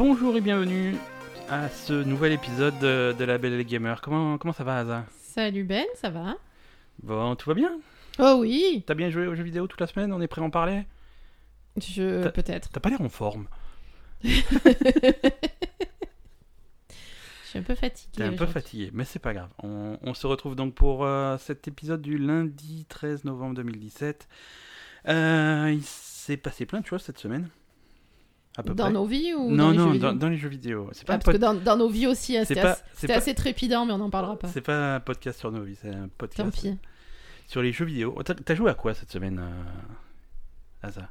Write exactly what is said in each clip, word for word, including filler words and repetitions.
Bonjour et bienvenue à ce nouvel épisode de, de La Belle et les Gamers. Comment, comment ça va, Asa? Salut Ben, ça va? Bon, tout va bien? Oh oui! T'as bien joué aux jeux vidéo toute la semaine? On est prêt à en parler? Je... T'as- peut-être. T'as pas l'air en forme. Je suis un peu fatiguée. T'es un peu aujourd'hui. fatigué, mais c'est pas grave. On, on se retrouve donc pour euh, cet épisode du lundi treize novembre deux mille dix-sept. Euh, il s'est passé plein de choses cette semaine. À peu Dans près. nos vies ou non, dans les non, jeux vidéo? dans, dans les jeux vidéo. C'est pas, Ah, un parce que pod- dans, dans nos vies aussi, hein, c'est c'était, pas- assez, c'est c'était pas- assez trépidant, mais on n'en parlera pas. c'est pas un podcast sur nos vies, c'est un podcast Tant pis. sur les jeux vidéo. T'as, t'as joué à quoi cette semaine, euh, Asa?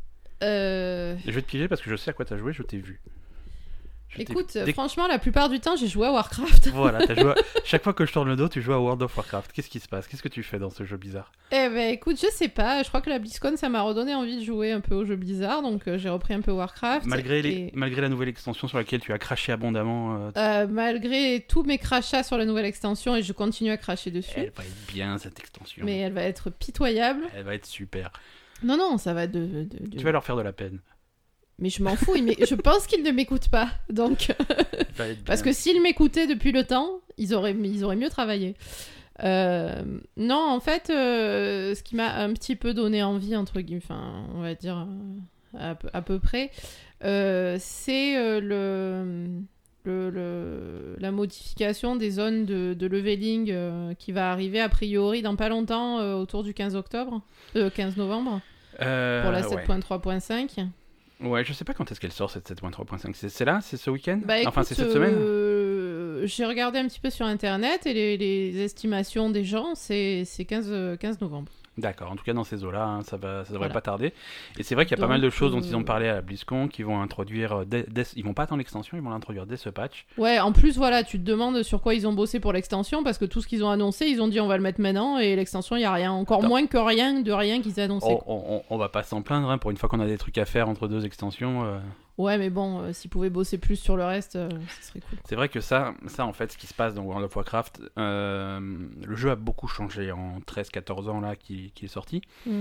Euh... Je vais te piéger parce que je sais à quoi t'as joué, je t'ai vu. Je t'ai- Écoute, dès que- franchement, la plupart du temps, j'ai joué à Warcraft. Voilà, t'as joué à- chaque fois que je tourne le dos, tu joues à World of Warcraft. Qu'est-ce qui se passe? Qu'est-ce que tu fais dans ce jeu bizarre? Eh ben, écoute, je sais pas. Je crois que la BlizzCon, ça m'a redonné envie de jouer un peu aux jeux bizarres, donc euh, j'ai repris un peu Warcraft. Malgré, les... et, Malgré la nouvelle extension sur laquelle tu as craché abondamment, euh, euh, malgré tous mes crachats sur la nouvelle extension, et je continue à cracher dessus, elle va être bien cette extension. mais elle va être pitoyable. Elle va être super. Non, non, ça va de... de, de- Tu vas leur faire de la peine. Mais je m'en fous, il m'é- je pense qu'ils ne m'écoutent pas. Donc, Elle va être parce bien. que s'ils m'écoutaient depuis le temps, ils auraient, ils auraient mieux travaillé. Euh, non, en fait, euh, ce qui m'a un petit peu donné envie, entre guillemets, enfin, on va dire euh, à, peu- à peu près, euh, c'est euh, le, le, le- la modification des zones de, de leveling euh, qui va arriver a priori dans pas longtemps, euh, autour du quinze octobre, euh, quinze novembre, Euh, pour la ouais. sept point trois point cinq. Ouais, je sais pas quand est-ce qu'elle sort cette sept point trois point cinq. C'est, c'est là? C'est ce week-end? Bah, Enfin, écoute, c'est cette semaine? euh, j'ai regardé un petit peu sur internet et les, les estimations des gens, c'est, c'est quinze, quinze novembre. D'accord, en tout cas dans ces eaux-là, hein, ça, va, ça devrait Voilà. pas tarder. Et c'est vrai qu'il y a pas Donc, mal de choses dont euh, ils ont parlé à la BlizzCon qui vont introduire. euh, Dès, dès- ils vont pas attendre l'extension, ils vont l'introduire dès ce patch. Ouais, en plus, voilà, tu te demandes sur quoi ils ont bossé pour l'extension parce que tout ce qu'ils ont annoncé, ils ont dit on va le mettre maintenant et l'extension, il n'y a rien. Encore Attends. moins que rien de rien qu'ils aient annoncé. Oh, on, on- on va pas s'en plaindre, hein, pour une fois qu'on a des trucs à faire entre deux extensions. euh, Ouais, mais bon, euh, s'ils pouvaient bosser plus sur le reste, euh, ce serait cool. C'est vrai que ça, ça, en fait, ce qui se passe dans World of Warcraft, euh, le jeu a beaucoup changé en treize quatorze ans là qui, qui est sorti. Mm.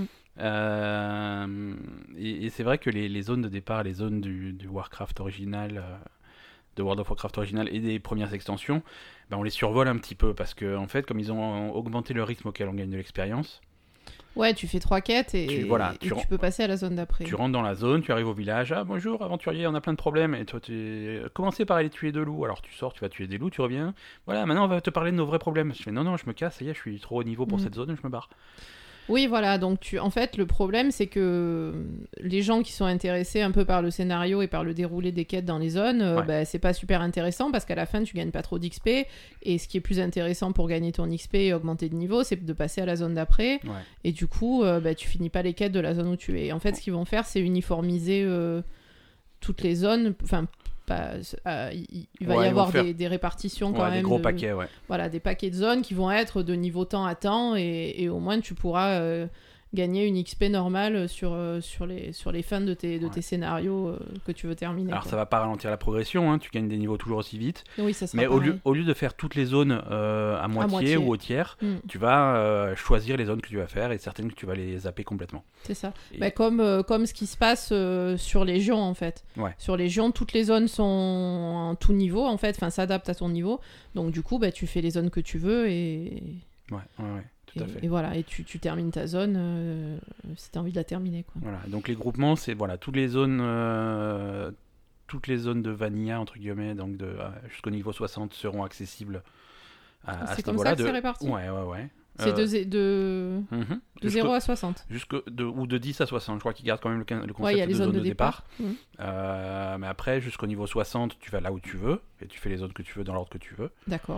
Euh, et, et c'est vrai que les, les zones de départ, les zones du, du Warcraft original, euh, de World of Warcraft original et des premières extensions, ben on les survole un petit peu parce que en fait, comme ils ont augmenté le rythme auquel on gagne de l'expérience, Ouais, tu fais trois quêtes et, Tu- voilà, et tu tu, ren- peux passer à la zone d'après. tu rentres dans la zone, tu arrives au village, ah bonjour aventurier, on a plein de problèmes, et toi tu commencez par aller tuer deux loups, alors tu sors, tu vas tuer des loups, tu reviens, voilà, maintenant on va te parler de nos vrais problèmes. Je fais non, non, je me casse, ça y est, je suis trop haut niveau pour Mm. cette zone, je me barre. Oui, voilà. Donc, tu... en fait, le problème, c'est que les gens qui sont intéressés un peu par le scénario et par le déroulé des quêtes dans les zones, euh, Ouais. bah, c'est pas super intéressant parce qu'à la fin, tu gagnes pas trop d'X P. Et ce qui est plus intéressant pour gagner ton X P et augmenter de niveau, c'est de passer à la zone d'après. Ouais. Et du coup, euh, bah, tu finis pas les quêtes de la zone où tu es. En fait, ce qu'ils vont faire, c'est uniformiser euh, toutes les zones. Enfin, pas... euh, il il va Ouais, y ils vont avoir faire- des, des répartitions quand Ouais, même. des gros de- paquets, ouais. voilà, des paquets de zones qui vont être de niveau temps à temps et, et au moins tu pourras euh, gagner une X P normale sur, euh, sur, les, sur les fins de tes, de Ouais. tes scénarios euh, que tu veux terminer. Alors quoi. ça va pas ralentir la progression, hein, tu gagnes des niveaux toujours aussi vite, Oui, ça sera mais au pareil. lieu, au lieu de faire toutes les zones euh, à, moitié moitié. ou au tiers, Mm, tu vas euh, choisir les zones que tu vas faire et certaines que tu vas les zapper complètement. c'est ça. Et- Bah, comme, euh, comme ce qui se passe euh, sur Légion en fait. Ouais. Sur Légion, toutes les zones sont en tout niveau en fait, enfin s'adaptent à ton niveau. Donc du coup, bah, tu fais les zones que tu veux et, Ouais, ouais, ouais, tout à et, fait. et voilà. Et tu, tu termines ta zone euh, si tu as envie de la terminer. Quoi. Voilà, donc les groupements, c'est voilà, toutes les zones, euh, toutes les zones de vanilla entre guillemets, donc de euh, jusqu'au niveau soixante seront accessibles à, à C'est ce comme niveau-là. ça que de... c'est réparti. Ouais, ouais, ouais. C'est Euh, de, zé- de, mhm. de Jusqu'au- zéro à soixante. jusqu'au- de, ou de dix à soixante, je crois qu'ils gardent quand même le, quin- le concept Ouais, il y a de les zone zones de, de départ. départ. Mhm. Euh, mais après, jusqu'au niveau soixante, tu vas là où tu veux et tu fais les zones que tu veux dans l'ordre que tu veux. D'accord.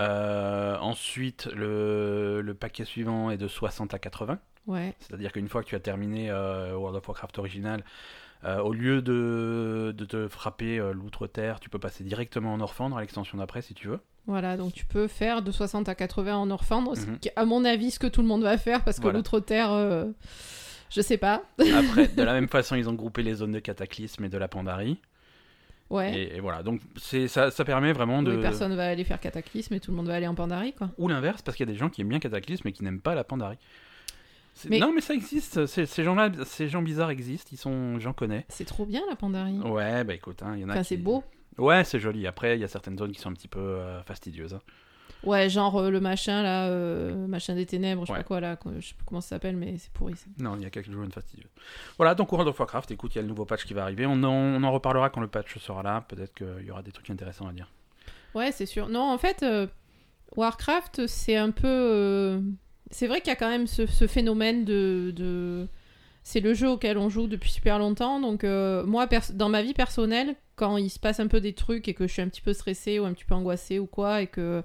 Euh, ensuite, le, le paquet suivant est de soixante à quatre-vingts. Ouais. C'est-à-dire qu'une fois que tu as terminé euh, World of Warcraft original, euh, au lieu de, de te frapper euh, l'outre-terre, tu peux passer directement en Orphandre à l'extension d'après si tu veux. Voilà, donc tu peux faire de soixante à quatre-vingts en Orphandre, ce Mhm. qui est à mon avis ce que tout le monde va faire parce que Voilà. l'outre-terre, euh, je sais pas. Après, de la même façon, ils ont groupé les zones de Cataclysme et de la Pandarie. Ouais. Et, et voilà, donc c'est, ça, ça permet vraiment de... Oui, personne va aller faire Cataclysme et tout le monde va aller en Pandarie, quoi. Ou l'inverse, parce qu'il y a des gens qui aiment bien Cataclysme et qui n'aiment pas la Pandarie. C'est- Mais- Non, mais ça existe. Ces, ces gens-là, ces gens bizarres existent. Ils sont, j'en connais. C'est trop bien la Pandarie. Ouais, bah écoute, hein, il y en a Enfin, qui... c'est beau. Ouais, c'est joli. Après, il y a certaines zones qui sont un petit peu euh, fastidieuses. hein. Ouais, genre euh, le machin là, euh, machin des ténèbres, je sais Ouais. pas quoi là, je sais plus comment ça s'appelle, mais c'est pourri. ça. Non, il y a quelques zones fastidieuses. Voilà, donc World of Warcraft, écoute, il y a le nouveau patch qui va arriver. On en, on en reparlera quand le patch sera là. Peut-être qu'il y aura des trucs intéressants à dire. Ouais, c'est sûr. Non, en fait, euh, Warcraft, c'est un peu. euh, C'est vrai qu'il y a quand même ce, ce phénomène de, de- C'est le jeu auquel on joue depuis super longtemps. Donc, euh, moi, pers- dans ma vie personnelle, quand il se passe un peu des trucs et que je suis un petit peu stressée ou un petit peu angoissée ou quoi, et que.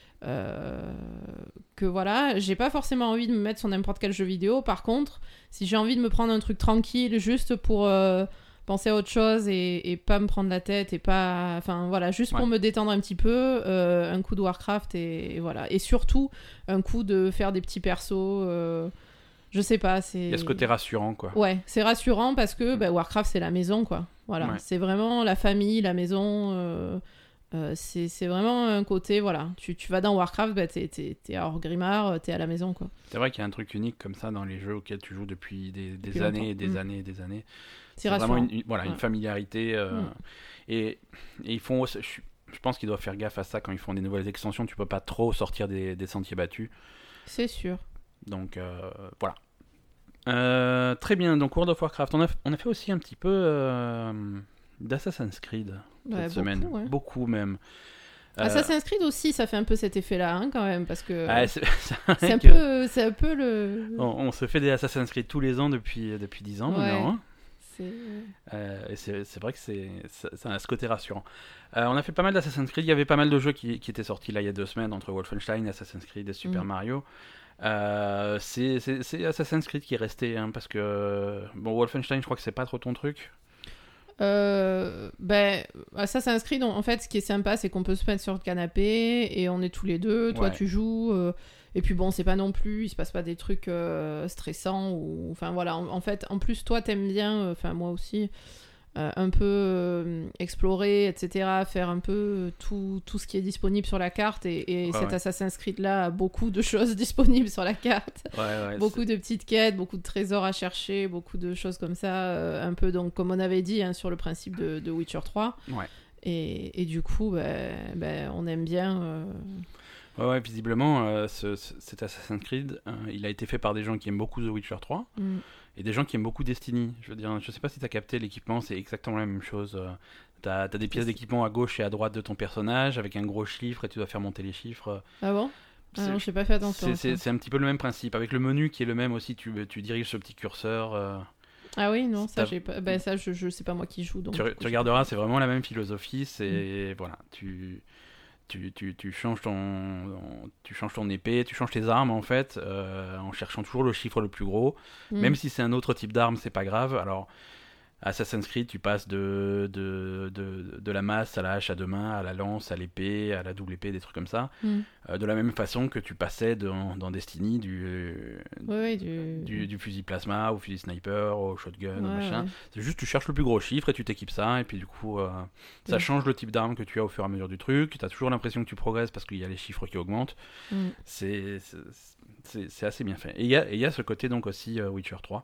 euh, que voilà, j'ai pas forcément envie de me mettre sur n'importe quel jeu vidéo. Par contre, si j'ai envie de me prendre un truc tranquille juste pour. euh, penser à autre chose et, et pas me prendre la tête et pas enfin voilà juste pour Ouais. me détendre un petit peu euh, un coup de Warcraft et, et voilà et surtout un coup de faire des petits persos euh, je sais pas c'est Il y a ce côté rassurant, quoi. ouais c'est rassurant parce que bah, Warcraft c'est la maison quoi voilà Ouais. c'est vraiment la famille la maison euh, euh, c'est, c'est vraiment un côté voilà tu, tu vas dans Warcraft bah, t'es, t'es, t'es à Orgrimmar t'es à la maison quoi C'est vrai qu'il y a un truc unique comme ça dans les jeux auxquels tu joues depuis des, des Depuis années longtemps. et des Mm. années et des années. c'est, vraiment rassurant une, une- voilà, une Ouais. familiarité. euh, Mm. et, et ils font, aussi- je, je pense qu'ils doivent faire gaffe à ça quand ils font des nouvelles extensions. Tu peux pas trop sortir des, des sentiers battus. c'est sûr Donc euh, voilà. Euh, très bien, donc World of Warcraft. On a, on a fait aussi un petit peu euh, d'Assassin's Creed cette Ouais, semaine. beaucoup, ouais. Beaucoup même. Euh, Assassin's Creed aussi, ça fait un peu cet effet-là, hein, quand même, parce que ah, c'est c'est vrai c'est un que peu, c'est un peu le. on, on se fait des Assassin's Creed tous les ans depuis, depuis dix ans Ouais. maintenant. hein. C'est... Euh, et c'est c'est vrai que c'est ça, ça a ce côté rassurant. Euh, on a fait pas mal d'Assassin's Creed. Il y avait pas mal de jeux qui, qui étaient sortis là il y a deux semaines entre Wolfenstein, Assassin's Creed et Super Mm. Mario. Euh, c'est c'est- c'est Assassin's Creed qui est resté hein, parce que bon Wolfenstein je crois que c'est pas trop ton truc. Euh, ben, Assassin's Creed, en en fait, ce qui est sympa, c'est qu'on peut se mettre sur le canapé et on est tous les deux. Toi, Ouais. tu joues. euh, et puis bon, c'est pas non plus, il se passe pas des trucs euh, stressants ou, enfin voilà. En, en fait, en plus, toi, t'aimes bien, euh, enfin moi aussi, euh, un peu euh, explorer, et cetera. Faire un peu euh, tout, tout ce qui est disponible sur la carte. Et, et Ouais, cet ouais. Assassin's Creed là a beaucoup de choses disponibles sur la carte. Ouais, ouais, Beaucoup de petites quêtes, beaucoup de trésors à chercher, beaucoup de choses comme ça, euh, un peu donc comme on avait dit hein, sur le principe de, de Witcher trois. c'est- Ouais. Et, et du coup, ben, ben, on aime bien. euh, Ouais, ouais, visiblement, euh, ce- ce- cet Assassin's Creed, euh, il a été fait par des gens qui aiment beaucoup The Witcher trois mm, et des gens qui aiment beaucoup Destiny. Je veux dire, je sais pas si t'as capté l'équipement, c'est exactement la même chose. euh, T'as t'as des pièces d'équipement à gauche et à droite de ton personnage avec un gros chiffre et tu dois faire monter les chiffres. Ah bon Ah C'est- non, j'ai pas fait attention. C'est- à C'est ça. c'est un petit peu le même principe. Avec le menu qui est le même aussi, tu, tu diriges ce petit curseur. euh, Ah oui, non, ça, T'as- j'ai pas... ben, ça je, je sais pas moi qui joue. Donc, tu, du tu coup, j'ai regarderas, pas- c'est vraiment la même philosophie. C'est voilà, tu, tu, tu, tu changes ton, tu changes ton épée, tu changes tes armes en fait, euh, en cherchant toujours le chiffre le plus gros. Mm. Même si c'est un autre type d'arme, c'est pas grave. Alors, Assassin's Creed, tu passes de, de, de, de la masse à la hache à deux mains, à la lance, à l'épée, à la double épée, des trucs comme ça. Mm. Euh, de la même façon que tu passais dans, dans Destiny du, euh, Ouais, ouais, du... du, du fusil plasma au fusil sniper, au shotgun, au Ouais, machin. ouais. C'est juste tu cherches le plus gros chiffre et tu t'équipes ça, et puis du coup, euh, ça Mm. change le type d'arme que tu as au fur et à mesure du truc. Tu as toujours l'impression que tu progresses parce qu'il y a les chiffres qui augmentent. Mm. C'est, c'est, c'est- c'est assez bien fait. Et il y a, et il y a ce côté donc aussi euh, Witcher trois.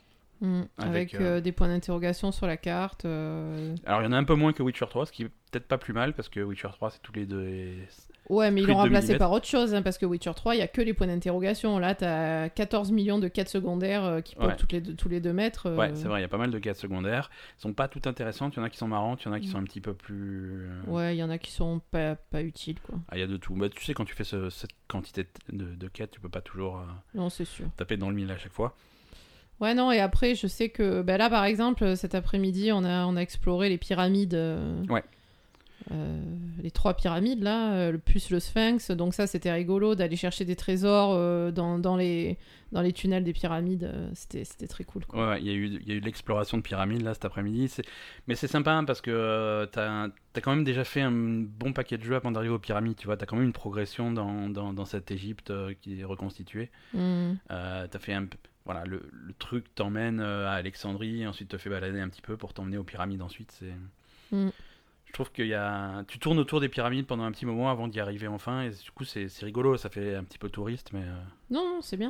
Mm. Avec, Avec, euh, des points d'interrogation sur la carte. euh, Alors il y en a un peu moins que Witcher trois, ce qui est peut-être pas plus mal parce que Witcher trois c'est tous les deux. et- Ouais, mais ils Plus l'ont de remplacé millimètres. par autre chose, hein, parce que Witcher trois, il y a que les points d'interrogation. Là, t'as quatorze millions de quêtes secondaires euh, qui Ouais. popent toutes les deux, tous les deux mètres. euh, Ouais, c'est vrai, il y a pas mal de quêtes secondaires. Elles sont pas toutes intéressantes, il y en a qui sont marrantes, il y en a qui Mm. sont un petit peu plus. euh, Ouais, il y en a qui sont pas, pas utiles, quoi. Ah, il y a de tout. Bah, tu sais, quand tu fais ce- cette quantité de, de quêtes, tu peux pas toujours euh, Non, c'est sûr. taper dans le mille à chaque fois. Ouais, non, et après, je sais que ben là, par exemple, cet après-midi, on a, on a exploré les pyramides. euh, Ouais. euh, les trois pyramides, là, euh, le plus le Sphinx. Donc, ça, c'était rigolo d'aller chercher des trésors euh, dans, dans, les, dans les tunnels des pyramides. euh, C'était c'était très cool, quoi. Ouais, ouais, il y a eu, il y a eu de l'exploration de pyramides là cet après-midi. C'est- Mais c'est sympa hein, parce que euh, t'as as quand même déjà fait un bon paquet de jeux avant d'arriver aux pyramides. Tu vois, t'as quand même une progression dans, dans, dans cette Égypte euh, qui est reconstituée. Mm. Euh, t'as fait un p- voilà, le, le truc t'emmène euh, à Alexandrie, ensuite te fait balader un petit peu pour t'emmener aux pyramides ensuite. C'est... Mm. Je trouve qu'il y a... Tu tournes autour des pyramides pendant un petit moment avant d'y arriver enfin, et du coup c'est c'est rigolo, ça fait un petit peu touriste, mais... euh, Non, non, c'est bien.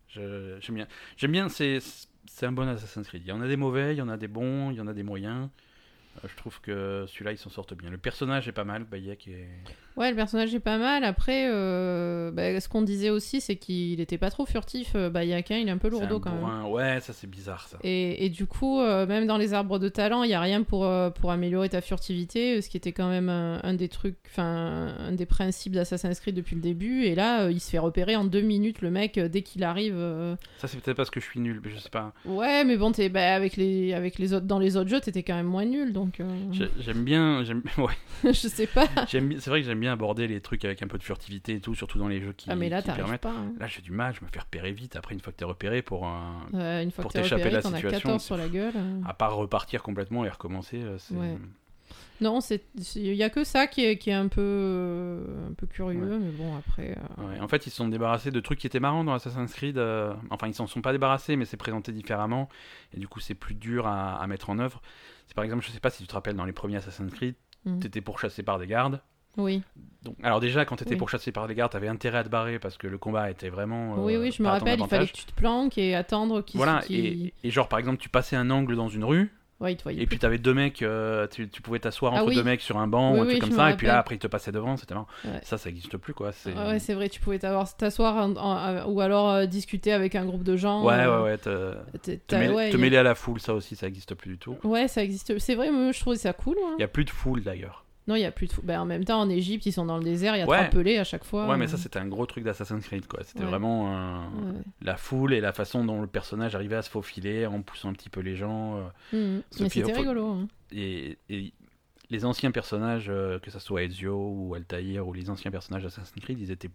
Je, j'aime bien. J'aime bien, c'est, c'est un bon Assassin's Creed. Il y en a des mauvais, il y en a des bons, il y en a des moyens. Euh, je trouve que celui-là, il s'en sortent bien. Le personnage est pas mal, Bayek est... Ouais, le personnage est pas mal. Après, euh, bah, ce qu'on disait aussi, c'est qu'il était pas trop furtif. Euh, Bayek, hein, il est un peu lourdeau quand bourrin. même. Ouais, ça c'est bizarre ça. Et, et du coup, euh, même dans les arbres de talent, il y a rien pour, euh, pour améliorer ta furtivité, ce qui était quand même un, un des trucs, enfin, un des principes d'Assassin's Creed depuis le début. Et là, euh, il se fait repérer en deux minutes, le mec, euh, dès qu'il arrive. Euh... Ça c'est peut-être parce que je suis nul, mais je sais pas. Ouais, mais bon, t'es, bah, avec les, avec les autres, dans les autres jeux, t'étais quand même moins nul, donc. Euh... J'aime bien, j'aime, ouais. je sais pas. J'aime, c'est vrai que j'aime bien aborder les trucs avec un peu de furtivité et tout, surtout dans les jeux qui, ah mais là, qui permettent. Pas, hein. Là, j'ai du mal, je me fais repérer vite. Après, une fois que t'es repéré, pour un, euh, une fois pour que t'es t'échapper repéré, de la t'en situation, as quatorze sur la gueule. À part repartir complètement et recommencer, c'est. Ouais. Non, c'est, il y a que ça qui est, qui est un peu, euh, un peu curieux, ouais. Mais bon après. Euh... Ouais. En fait, ils se sont débarrassés de trucs qui étaient marrants dans Assassin's Creed. Euh... Enfin, ils s'en sont pas débarrassés, mais c'est présenté différemment, et du coup, c'est plus dur à, à mettre en œuvre. C'est par exemple, je sais pas si tu te rappelles dans les premiers Assassin's Creed. Mmh. T'étais pourchassé par des gardes. Oui. Donc, alors déjà, quand t'étais oui. pourchassé par des gardes, t'avais intérêt à te barrer parce que le combat était vraiment. Euh, oui, oui, je me rappelle, il fallait que tu te planques et attendre qu'ils. Voilà, qu et, et genre par exemple, tu passais un angle dans une rue. Ouais, il te voyait et plus. puis t'avais deux mecs, euh, tu, tu pouvais t'asseoir ah, entre oui. deux mecs sur un banc oui, ou un truc oui, comme ça, et puis là après ils te passaient devant, c'était marrant. Ouais. Ça, ça existe plus quoi. C'est... Ah ouais, c'est vrai, tu pouvais t'asseoir en, en, ou alors euh, discuter avec un groupe de gens. Ouais, euh, ouais, ouais. Te, te, te, mêler, ouais, te a... mêler à la foule, ça aussi, ça existe plus du tout. Ouais, ça existe. C'est vrai, mais je trouvais ça cool. Il hein. y a plus de foule d'ailleurs. Non, il y a plus de foule. Ben, en même temps, en Égypte, ils sont dans le désert, il y a ouais. trois pelés à chaque fois. Ouais, mais ça c'était un gros truc d'Assassin's Creed quoi. C'était ouais. vraiment un... ouais. la foule et la façon dont le personnage arrivait à se faufiler en poussant un petit peu les gens. Euh... Mmh. Mais c'était rigolo. Hein. Et, et les anciens personnages, euh, que ça soit Ezio ou Altaïr ou les anciens personnages d'Assassin's Creed, ils étaient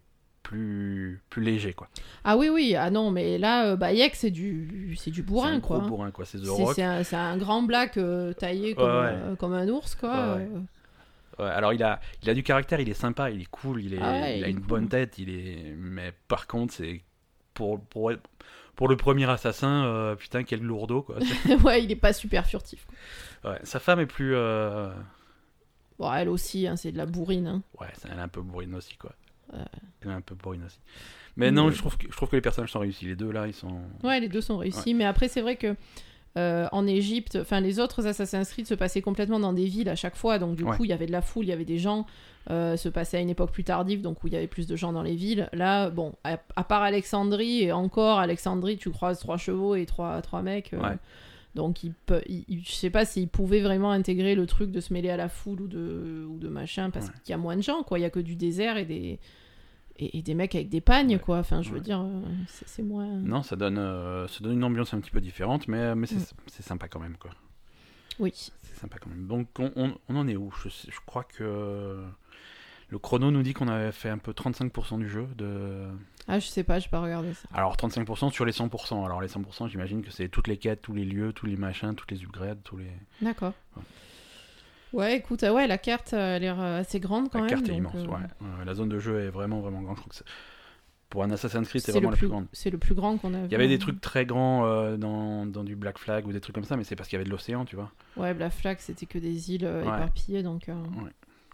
plus plus légers quoi. Ah oui oui, ah non mais là euh, Bayek c'est du c'est du bourrin c'est un quoi. Gros bourrin quoi, c'est The Rock. C'est un, c'est un grand black euh, taillé comme, ouais, ouais. Euh, comme un ours quoi. Ouais, ouais. Ouais, alors il a, il a du caractère, il est sympa, il est cool, il, est, ah ouais, il, il a est une cool. bonne tête, il est. Mais par contre, c'est pour pour pour le premier assassin, euh, putain quel lourdeau quoi. ouais, il est pas super furtif. Quoi. Ouais, sa femme est plus. Euh... Bon, elle aussi, hein, c'est de la bourrine. Hein. Ouais, elle est un peu bourrine aussi quoi. Ouais. Elle est un peu bourrine aussi. Mais, mais non, je trouve que je trouve que les personnages sont réussis. Les deux là, ils sont. Ouais, les deux sont réussis. Ouais. Mais après, c'est vrai que. Euh, en Égypte, enfin les autres Assassin's Creed se passaient complètement dans des villes à chaque fois, donc du ouais. coup il y avait de la foule, il y avait des gens, euh, se passait à une époque plus tardive, donc où il y avait plus de gens dans les villes. Là, bon, à, à part Alexandrie, et encore Alexandrie, tu croises trois chevaux et trois, trois mecs, euh, ouais. donc il peut, il, il, je sais pas s'ils pouvaient vraiment intégrer le truc de se mêler à la foule ou de, ou de machin, parce ouais. qu'il y a moins de gens, quoi, il y a que du désert et des... Et, et des mecs avec des pagnes, ouais. quoi. Enfin, je veux ouais. dire, euh, c'est, c'est moins... Non, ça donne, euh, ça donne une ambiance un petit peu différente, mais, mais c'est, mm. c'est sympa quand même, quoi. Oui. C'est sympa quand même. Donc, on, on, on en est où je, je crois que le chrono nous dit qu'on avait fait un peu trente-cinq pour cent du jeu. De... Ah, je sais pas, j'ai pas regardé ça. Alors, trente-cinq pour cent sur les cent pour cent. Alors, les cent pour cent, j'imagine que c'est toutes les quêtes, tous les lieux, tous les machins, toutes les upgrades, tous les... D'accord. Ouais. Ouais, écoute, euh, ouais, la carte a l'air assez grande quand la même. La carte donc, est immense, euh... ouais. Euh, la zone de jeu est vraiment, vraiment grande. Je crois que c'est... Pour un Assassin's Creed, c'est, c'est vraiment le la plus, plus grande. C'est le plus grand qu'on a vu. Il y avait des trucs très grands euh, dans, dans du Black Flag ou des trucs comme ça, mais c'est parce qu'il y avait de l'océan, tu vois. Ouais, Black Flag, c'était que des îles euh, ouais. éparpillées, donc... Euh... Ouais.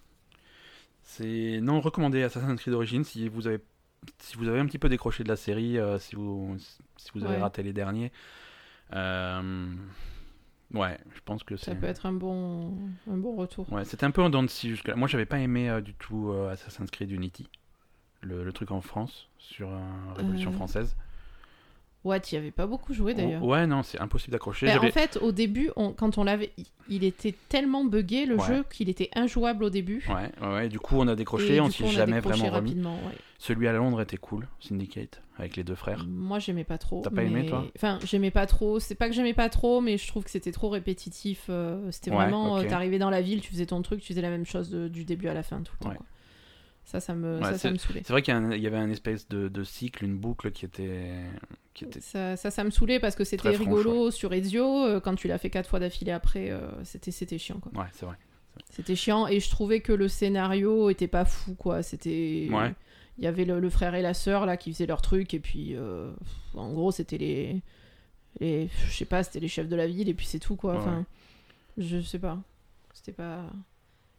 C'est non recommandé Assassin's Creed Origins si vous avez, si vous avez un petit peu décroché de la série, euh, si, vous, si vous avez ouais. raté les derniers. Euh... Ouais, je pense que ça c'est... peut être un bon, un bon retour. Ouais, c'était un peu en dents de scie jusque-là. Moi, j'avais pas aimé euh, du tout euh, Assassin's Creed Unity, le, le truc en France, sur euh, Révolution euh... française. Ouais, tu y avais pas beaucoup joué d'ailleurs. Oh, ouais, non, c'est impossible d'accrocher. Ben, en fait, au début, on, quand on l'avait, il était tellement buggé le ouais. jeu qu'il était injouable au début. Ouais, ouais, ouais. Du coup, on a décroché, et on s'y est jamais vraiment remis. Ouais. Celui à Londres était cool, Syndicate, avec les deux frères. Moi, j'aimais pas trop. T'as pas mais... aimé, toi ? Enfin, j'aimais pas trop. C'est pas que j'aimais pas trop, mais je trouve que c'était trop répétitif. Euh, c'était ouais, vraiment, okay. euh, t'arrivais dans la ville, tu faisais ton truc, tu faisais la même chose de, du début à la fin tout le temps. Ouais. Quoi. Ça, ça me, ouais, ça, ça me saoulait. C'est vrai qu'il y, un, il y avait un espèce de, de cycle, une boucle qui était... Qui était ça, ça, ça me saoulait parce que c'était rigolo franche, ouais. sur Ezio. Euh, quand tu l'as fait quatre fois d'affilée après, euh, c'était, c'était chiant. Quoi. Ouais, c'est vrai. c'est vrai. C'était chiant et je trouvais que le scénario était pas fou, quoi. C'était... Ouais. Il y avait le, le frère et la sœur, là, qui faisaient leur truc. Et puis, euh, en gros, c'était les... les... Je sais pas, c'était les chefs de la ville et puis c'est tout, quoi. Ouais, enfin, ouais. je sais pas. C'était pas...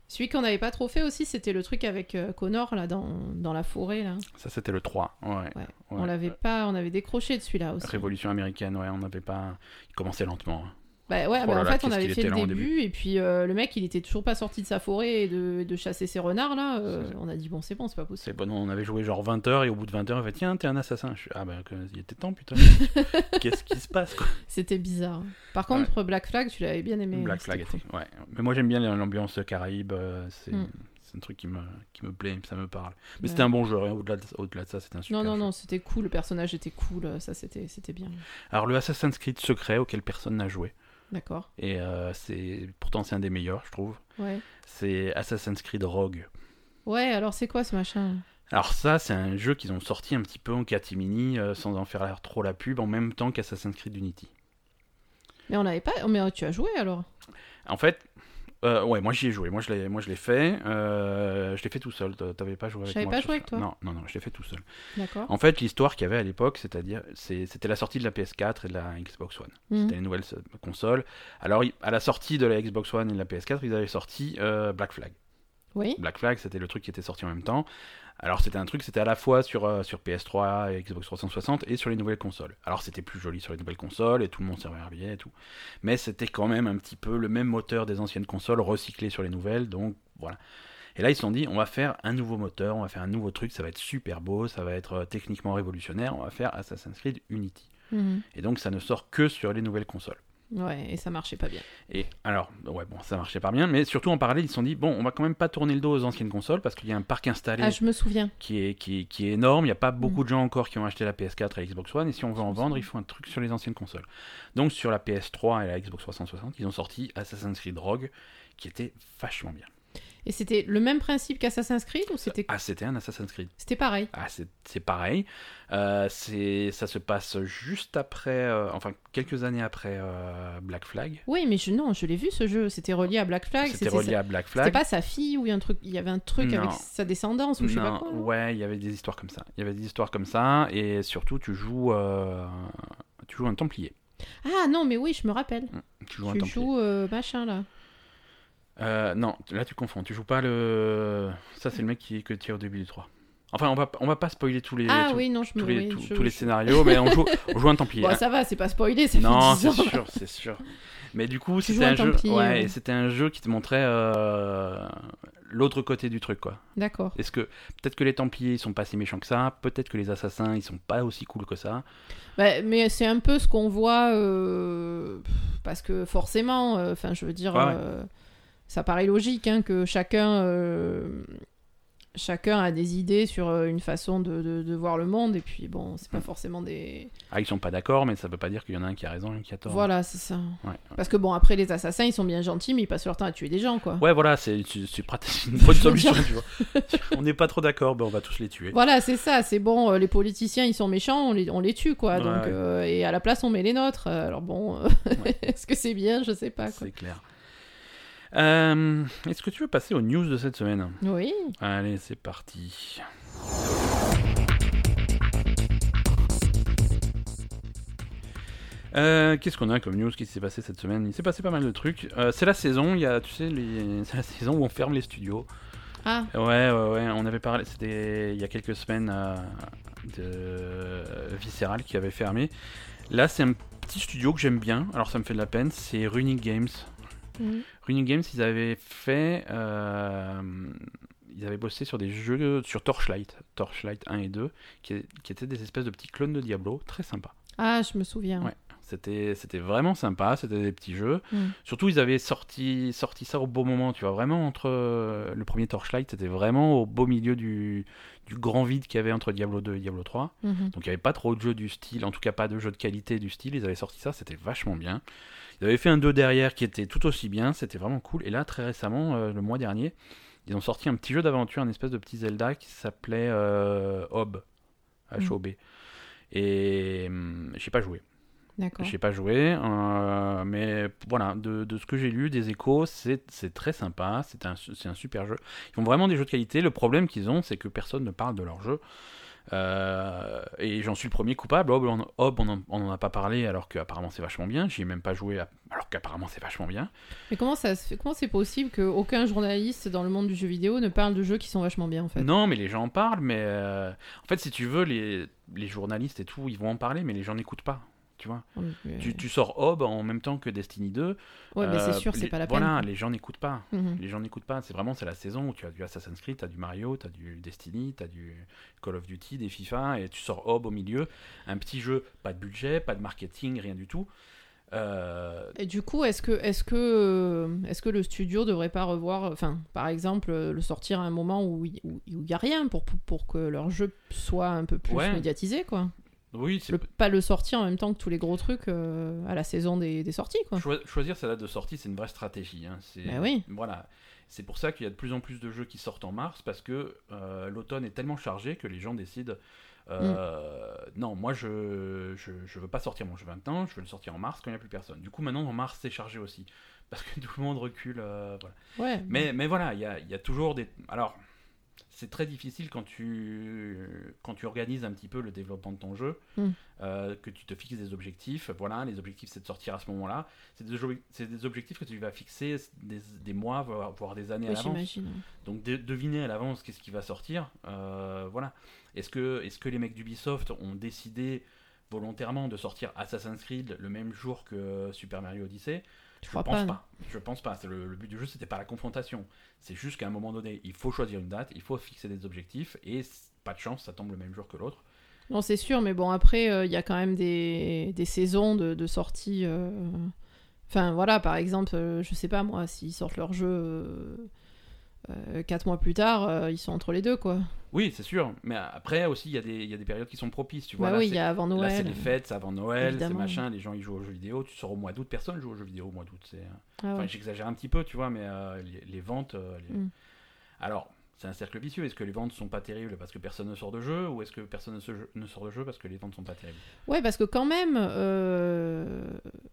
Celui qu'on n'avait pas trop fait aussi, c'était le truc avec euh, Connor là dans, dans la forêt là. Ça c'était le trois. Ouais. Ouais. Ouais. On l'avait pas, on avait décroché de celui-là aussi. Révolution américaine, ouais, on n'avait pas. Il commençait lentement. Hein. Bah ouais, Oh bah là en là, fait on qu'est-ce avait qu'il fait était le lent au début, début. et puis euh, le mec il était toujours pas sorti de sa forêt et de, de chasser ses renards là. euh, on a dit bon c'est bon, c'est pas possible. C'est bon, on avait joué genre vingt heures et au bout de vingt heures, il fait tiens, t'es un assassin. Je suis, ah bah il était temps putain. Qu'est-ce qui se passe quoi. C'était bizarre. Par contre Ouais. Black Flag, tu l'avais bien aimé. Black c'était Flag, cool. était- ouais. Mais moi j'aime bien l'ambiance Caraïbe, euh, c'est. Mm. C'est un truc qui me, qui me plaît, ça me parle. Mais Ouais. c'était un bon jeu, hein. au-delà, de, au-delà de ça, c'était un super Non non jeu. non, c'était cool, le personnage était cool, ça c'était c'était bien. Alors le Assassin's Creed secret auquel personne n'a joué, D'accord. et euh, c'est pourtant c'est un des meilleurs, je trouve, Ouais. c'est Assassin's Creed Rogue. Ouais, alors c'est quoi ce machin? Alors ça, c'est un jeu qu'ils ont sorti un petit peu en catimini, euh, sans en faire trop la pub, en même temps qu'Assassin's Creed Unity. Mais on n'avait pas. Mais euh, tu as joué alors? En fait, euh, ouais, moi j'y ai joué, moi je l'ai, moi je l'ai fait, euh, je l'ai fait tout seul. T'avais pas joué avec J'avais moi pas sur joué ça. avec toi. Non, non, non, je l'ai fait tout seul. D'accord. En fait, l'histoire qu'il y avait à l'époque, c'est-à-dire, c'est- c'était la sortie de la P S quatre et de la Xbox One. Mhm. C'était les nouvelles euh, consoles. Alors, il- à la sortie de la Xbox One et de la P S quatre, ils avaient sorti euh, Black Flag. Oui. Black Flag, c'était le truc qui était sorti en même temps. Alors, c'était un truc, c'était à la fois sur, euh, sur P S trois et Xbox trois cent soixante et sur les nouvelles consoles. Alors, c'était plus joli sur les nouvelles consoles et tout le monde s'y réveillait et tout. Mais c'était quand même un petit peu le même moteur des anciennes consoles recyclé sur les nouvelles, donc voilà. Et là, ils se sont dit, on va faire un nouveau moteur, on va faire un nouveau truc, ça va être super beau, ça va être euh, techniquement révolutionnaire, on va faire Assassin's Creed Unity. Mhm. Et donc, ça ne sort que sur les nouvelles consoles. Ouais, et ça marchait pas bien. Et alors, ouais, bon, ça marchait pas bien, mais surtout en parallèle, ils se sont dit, bon, on va quand même pas tourner le dos aux anciennes consoles parce qu'il y a un parc installé Ah, je me souviens. qui, est, qui, est, qui est énorme. Il n'y a pas beaucoup Mm. de gens encore qui ont acheté la P S quatre et la Xbox One, et si on veut en vendre, il faut un truc sur les anciennes consoles. Donc, sur la P S trois et la Xbox trois cent soixante, ils ont sorti Assassin's Creed Rogue, qui était vachement bien. Et c'était le même principe qu'Assassin's Creed ou c'était Ah, c'était un Assassin's Creed. c'était pareil? Ah, c'est, c'est pareil. Euh, c'est, ça se passe juste après, euh, enfin quelques années après euh, Black Flag. Oui, mais je non, je l'ai vu ce jeu. C'était relié à Black Flag. C'était relié sa- à Black C'était Flag. pas sa fille ou il y a un truc, il y avait un truc Non. avec sa descendance ou je sais pas Non, quoi. non ouais, il y avait des histoires comme ça. Il y avait des histoires comme ça, et surtout tu joues, euh, tu joues un Templier. Ah non, mais oui, je me rappelle. Tu joues un Tu Templier. joues euh, machin là. Euh, non, là tu confonds. Tu joues pas le. Ça c'est le mec qui que tu as au début du trois. Enfin, on va on va pas spoiler tous les Ah tous, oui, non, je me tous les oui, tous, je- tous les je- scénarios, mais on joue on joue un Templier. Bon, hein. ça va, c'est pas spoilé, ça Non, fait c'est dix ans. sûr, c'est sûr. Mais du coup, Tu c'était joues un un jeu. Templier, Ouais, ouais. et c'était un jeu qui te montrait euh, l'autre côté du truc, quoi. D'accord. Est-ce que peut-être que les Templiers ils sont pas si méchants que ça, peut-être que les assassins ils sont pas aussi cool que ça. Bah, mais c'est un peu ce qu'on voit euh, parce que forcément, enfin, je veux dire, Ouais, ouais. euh, ça paraît logique hein, que chacun, euh, chacun a des idées sur euh, une façon de, de, de voir le monde et puis bon, c'est pas forcément des. Ah, ils sont pas d'accord, mais ça veut pas dire qu'il y en a un qui a raison et un qui a tort. Voilà, c'est ça. Ouais. Parce que bon, après les assassins, ils sont bien gentils, mais ils passent leur temps à tuer des gens, quoi. Ouais, voilà, c'est c'est- c'est pratique- une bonne Je veux solution, dire. tu vois. On n'est pas trop d'accord, ben on va tous les tuer. Voilà, c'est ça, c'est bon, euh, les politiciens ils sont méchants, on les, on les tue quoi, Ouais, donc, ouais. euh, et à la place on met les nôtres, Euh, alors bon, euh, Ouais. est-ce que c'est bien, je sais pas quoi. C'est clair. Euh, Est-ce que tu veux passer aux news de cette semaine? Oui, Allez, c'est parti. Euh, Qu'est-ce qu'on a comme news? Qu'est-ce qui s'est passé cette semaine? Il s'est passé pas mal de trucs. Euh, c'est la saison, il y a, tu sais, les... c'est la saison où on ferme les studios. ah, Ouais, ouais, ouais, on avait parlé, c'était il y a quelques semaines euh, de Visceral qui avait fermé. Là, c'est un petit studio que j'aime bien, alors ça me fait de la peine, c'est Running Games. mhm. Running Games, ils avaient fait. euh, ils avaient bossé sur des jeux sur Torchlight, Torchlight un et deux, qui, qui étaient des espèces de petits clones de Diablo, très sympa. ah, je me souviens. Ouais. C'était, c'était vraiment sympa, c'était des petits jeux. Mhm. Surtout, ils avaient sorti, sorti ça au beau moment, tu vois, vraiment entre euh, le premier Torchlight, c'était vraiment au beau milieu du, du grand vide qu'il y avait entre Diablo deux et Diablo trois. Mhm. Donc il n'y avait pas trop de jeux du style, en tout cas pas de jeux de qualité du style, ils avaient sorti ça, c'était vachement bien. Ils avaient fait un deux derrière qui était tout aussi bien, c'était vraiment cool. Et là, très récemment, euh, le mois dernier, ils ont sorti un petit jeu d'aventure, un espèce de petit Zelda qui s'appelait euh, Hob, H O B. Et hum, j'ai pas joué. D'accord. J'ai pas joué, euh, mais voilà, de, de ce que j'ai lu, des échos, c'est, c'est très sympa, c'est un, c'est un super jeu. Ils font vraiment des jeux de qualité. Le problème qu'ils ont, c'est que personne ne parle de leur jeu. Euh, et j'en suis le premier coupable. Hob, on, Hob, on en- on en a pas parlé alors qu'apparemment c'est vachement bien. J'y ai même pas joué, à- alors qu'apparemment c'est vachement bien. Mais comment ça se fait, comment c'est possible qu'aucun journaliste dans le monde du jeu vidéo ne parle de jeux qui sont vachement bien en fait? Non, mais les gens en parlent, mais euh, en fait, si tu veux, les, les journalistes et tout, ils vont en parler, mais les gens n'écoutent pas. Tu vois, Mais... tu, tu sors Hob en même temps que Destiny deux. Ouais, mais euh, c'est sûr, c'est les, pas la peine. Voilà, les gens n'écoutent pas. Mm-hmm. Les gens n'écoutent pas. C'est vraiment c'est la saison où tu as du Assassin's Creed, tu as du Mario, tu as du Destiny, tu as du Call of Duty, des FIFA, et tu sors Hob au milieu. Un petit jeu, pas de budget, pas de marketing, rien du tout. Euh... Et du coup, est-ce que, est-ce que, est-ce que le studio devrait pas revoir, enfin, par exemple, le sortir à un moment où il où, où y a rien pour, pour, pour que leur jeu soit un peu plus Ouais. médiatisé, quoi? Oui, c'est le, pas le sortir en même temps que tous les gros trucs euh, à la saison des, des sorties, quoi. Cho- choisir sa date de sortie, c'est une vraie stratégie. Hein. C'est... Bah oui. Voilà. C'est pour ça qu'il y a de plus en plus de jeux qui sortent en mars, parce que euh, l'automne est tellement chargé que les gens décident euh, mm. non, moi je, je je veux pas sortir mon jeu maintenant, je veux le sortir en mars quand il n'y a plus personne. Du coup, maintenant en mars c'est chargé aussi, parce que tout le monde recule. Euh, voilà. Ouais. Mais, mais voilà, il y a, y a toujours des. Alors. C'est très difficile quand tu, quand tu organises un petit peu le développement de ton jeu, mm. euh, que tu te fixes des objectifs. Voilà, les objectifs, c'est de sortir à ce moment-là. C'est des, c'est des objectifs que tu vas fixer des, des mois, voire, voire des années oui, à l'avance. J'imagine. Donc, de, deviner à l'avance qu'est-ce qui va sortir. Euh, voilà. Est-ce que, est-ce que les mecs d'Ubisoft ont décidé volontairement de sortir Assassin's Creed le même jour que Super Mario Odyssey ? Je pense pas. pas. Je pense pas. C'est le, le but du jeu, c'était pas la confrontation. C'est juste qu'à un moment donné, il faut choisir une date, il faut fixer des objectifs, et pas de chance, ça tombe le même jour que l'autre. Non, c'est sûr, mais bon, après, il euh, y a quand même des, des saisons de, de sortie. Euh... Enfin, voilà, par exemple, euh, je sais pas moi, s'ils sortent leur jeu euh, euh, quatre mois plus tard, euh, ils sont entre les deux, quoi. Oui, c'est sûr. Mais après aussi, il y, y a des périodes qui sont propices. Tu vois, bah là, oui, il y a avant Noël. Là, c'est les fêtes, c'est avant Noël, évidemment. C'est machin. Les gens ils jouent aux jeux vidéo. Tu sors au mois d'août, personne joue aux jeux vidéo au mois d'août. C'est... Ah enfin, ouais. J'exagère un petit peu, tu vois, mais euh, les, les ventes. Euh, les... Mm. Alors, c'est un cercle vicieux. Est-ce que les ventes sont pas terribles parce que personne ne sort de jeu, ou est-ce que personne ne, se... ne sort de jeu parce que les ventes sont pas terribles? Ouais, parce que quand même. Euh...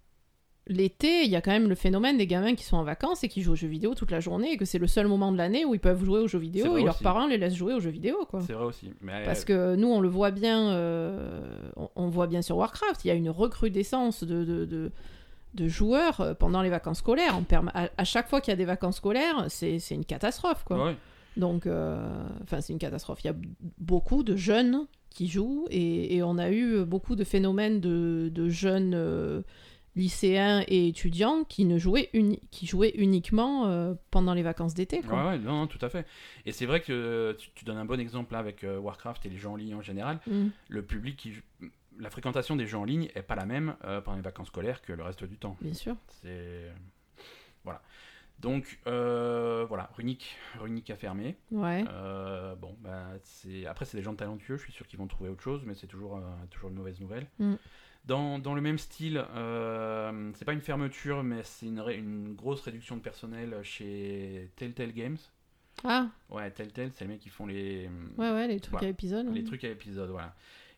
L'été, il y a quand même le phénomène des gamins qui sont en vacances et qui jouent aux jeux vidéo toute la journée, et que c'est le seul moment de l'année où ils peuvent jouer aux jeux vidéo et aussi. leurs parents les laissent jouer aux jeux vidéo, quoi. C'est vrai aussi. Mais... Parce que nous, on le voit bien, euh, on, on voit bien sur Warcraft, il y a une recrudescence de, de, de, de joueurs pendant les vacances scolaires. En perma- à, à chaque fois qu'il y a des vacances scolaires, c'est, c'est une catastrophe, quoi. Ouais. Donc, enfin, euh, c'est une catastrophe. Il y a beaucoup de jeunes qui jouent, et, et on a eu beaucoup de phénomènes de, de jeunes... Euh, lycéens et étudiants qui ne jouaient, uni- qui jouaient uniquement euh, pendant les vacances d'été, quoi. Ouais, ouais, non, non, tout à fait. Et c'est vrai que tu, tu donnes un bon exemple là, avec euh, Warcraft et les jeux en ligne en général. Mm. Le public, qui, la fréquentation des jeux en ligne est pas la même euh, pendant les vacances scolaires que le reste du temps. Bien sûr. C'est... Voilà. Donc, euh, voilà, Runic, Runic a fermé. Ouais. Euh, bon, bah, c'est... Après, c'est des gens talentueux, je suis sûr qu'ils vont trouver autre chose, mais c'est toujours, euh, toujours une mauvaise nouvelle. Mm. Dans, dans le même style, euh, c'est pas une fermeture, mais c'est une, ré, une grosse réduction de personnel chez Telltale Games. Ah. Ouais, Telltale, c'est les mecs qui font les... Ouais, ouais, les trucs voilà, à épisode. Les ouais. trucs à épisode, voilà.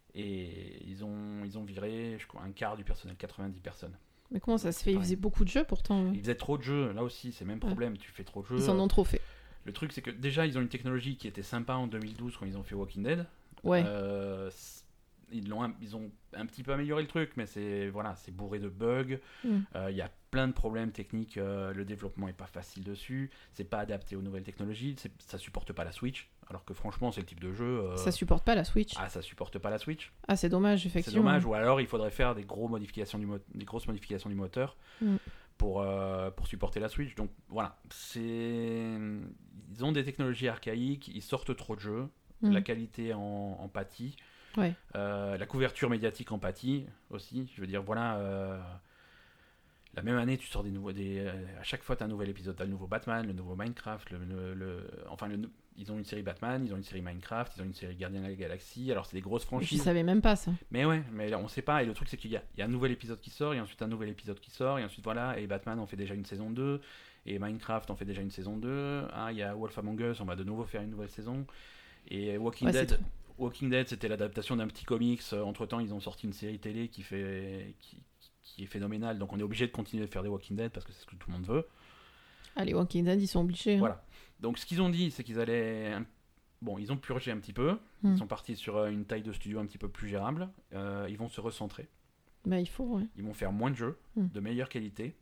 Et ils ont, ils ont viré, je crois, un quart du personnel, quatre-vingt-dix personnes. Mais comment ça se fait? Ils faisaient beaucoup de jeux, pourtant. Ils faisaient trop de jeux, là aussi, c'est le même problème, ouais. Tu fais trop de jeux. Ils en ont trop fait. Le truc, c'est que déjà, ils ont une technologie qui était sympa en deux mille douze quand ils ont fait Walking Dead. Ouais. Euh, Ils, l'ont, ils ont un petit peu amélioré le truc, mais c'est, voilà, c'est bourré de bugs. Il mm. euh, y a plein de problèmes techniques. Euh, le développement n'est pas facile dessus. C'est pas adapté aux nouvelles technologies. C'est, ça supporte pas la Switch. Alors que franchement, c'est le type de jeu. Euh... Ça supporte pas la Switch. Ah, ça supporte pas la Switch. Ah, c'est dommage, effectivement. C'est dommage. Ou alors, il faudrait faire des, gros modifications du mo- des grosses modifications du moteur mm. pour, euh, pour supporter la Switch. Donc voilà. C'est... Ils ont des technologies archaïques. Ils sortent trop de jeux. Mm. La qualité en, en pâtit. Ouais. Euh, la couverture médiatique en pâtit aussi. Je veux dire, voilà, euh, la même année, tu sors des nouveaux, des, euh, à chaque fois, tu as un nouvel épisode. Tu as le nouveau Batman, le nouveau Minecraft, le, le, le, enfin, le, ils ont une série Batman, ils ont une série Minecraft, ils ont une série Gardien de la Galaxie. Alors, c'est des grosses franchises. Je savais même pas ça. Mais ouais, mais là, on sait pas. Et le truc, c'est qu'il y a, il y a un nouvel épisode qui sort, et ensuite un nouvel épisode qui sort, et ensuite, voilà, et Batman, on fait déjà une saison deux, et Minecraft, on fait déjà une saison deux. Ah, il y a Wolf Among Us, on va de nouveau faire une nouvelle saison. Et Walking ouais, Dead. Walking Dead, c'était l'adaptation d'un petit comics. Entre temps, ils ont sorti une série télé qui, fait, qui, qui est phénoménale. Donc, on est obligé de continuer de faire des Walking Dead parce que c'est ce que tout le monde veut. Ah, les Walking Dead, ils sont obligés. Hein. Voilà. Donc, ce qu'ils ont dit, c'est qu'ils allaient. Bon, ils ont purgé un petit peu. Mm. Ils sont partis sur une taille de studio un petit peu plus gérable. Euh, ils vont se recentrer. Bah, il faut, ouais. Ils vont faire moins de jeux, mm. de meilleure qualité.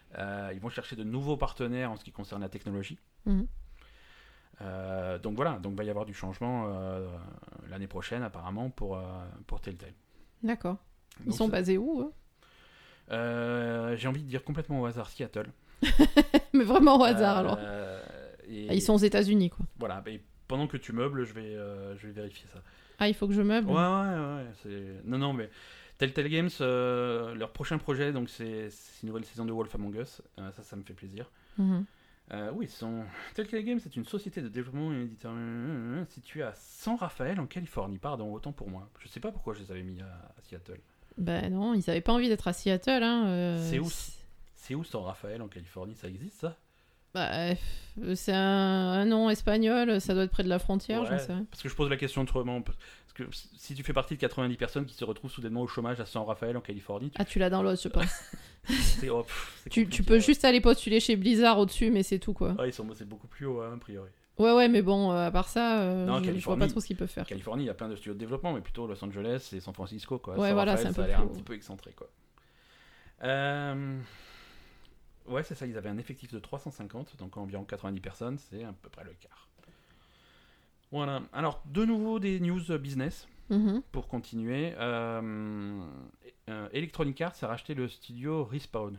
Euh, ils vont chercher de nouveaux partenaires en ce qui concerne la technologie. Mmh. Euh, donc voilà, donc il va y avoir du changement euh, l'année prochaine apparemment pour, euh, pour Telltale. D'accord. Ils Donc, sont ça- basés où eux euh, J'ai envie de dire complètement au hasard Seattle. Mais vraiment au hasard Euh, alors. et Ah, ils sont aux États-Unis quoi. Voilà, et pendant que tu meubles, je vais, euh, je vais vérifier ça. Ah, il faut que je meuble. Ouais, ouais, ouais. C'est... Non, non, mais Telltale Games, euh, leur prochain projet, donc c'est, c'est une nouvelle saison de Wolf Among Us. Euh, ça, ça me fait plaisir. Mhm. Euh, oui, son... Telltale Games, c'est une société de développement et éditeur euh, située à San Rafael, en Californie. Pardon, autant pour moi. Je sais pas pourquoi je les avais mis à, à Seattle. Ben non, ils avaient pas envie d'être à Seattle. Hein, euh, C'est où C'est où San Rafael, en Californie? Ça existe, ça? Bah, euh, c'est un, un nom espagnol, ça doit être près de la frontière, Ouais, j'en sais rien. parce que je pose la question autrement. Parce que si tu fais partie de quatre-vingt-dix personnes qui se retrouvent soudainement au chômage à San Rafael, en Californie, tu, Ah, tu l'as dans l'os, je pense. c'est, oh, pff, c'est tu, tu compliqué, peux ouais. juste aller postuler chez Blizzard au-dessus, mais c'est tout quoi. Ouais, ils sont, c'est beaucoup plus haut, hein, a priori. Ouais, ouais, mais bon, euh, à part ça, euh, Non, je, je vois Californie. pas trop ce qu'ils peuvent faire. En Californie, il y a plein de studios de développement, mais plutôt Los Angeles et San Francisco, quoi. Ouais, San voilà, Rafael, c'est un ça peu a l'air un plus haut. petit peu excentré, quoi. Euh... Ouais, c'est ça, ils avaient un effectif de trois cent cinquante, donc environ quatre-vingt-dix personnes, c'est à peu près le quart. Voilà. Alors, de nouveau des news business, Mhm. pour continuer. Euh... euh, Electronic Arts a racheté le studio Respawn.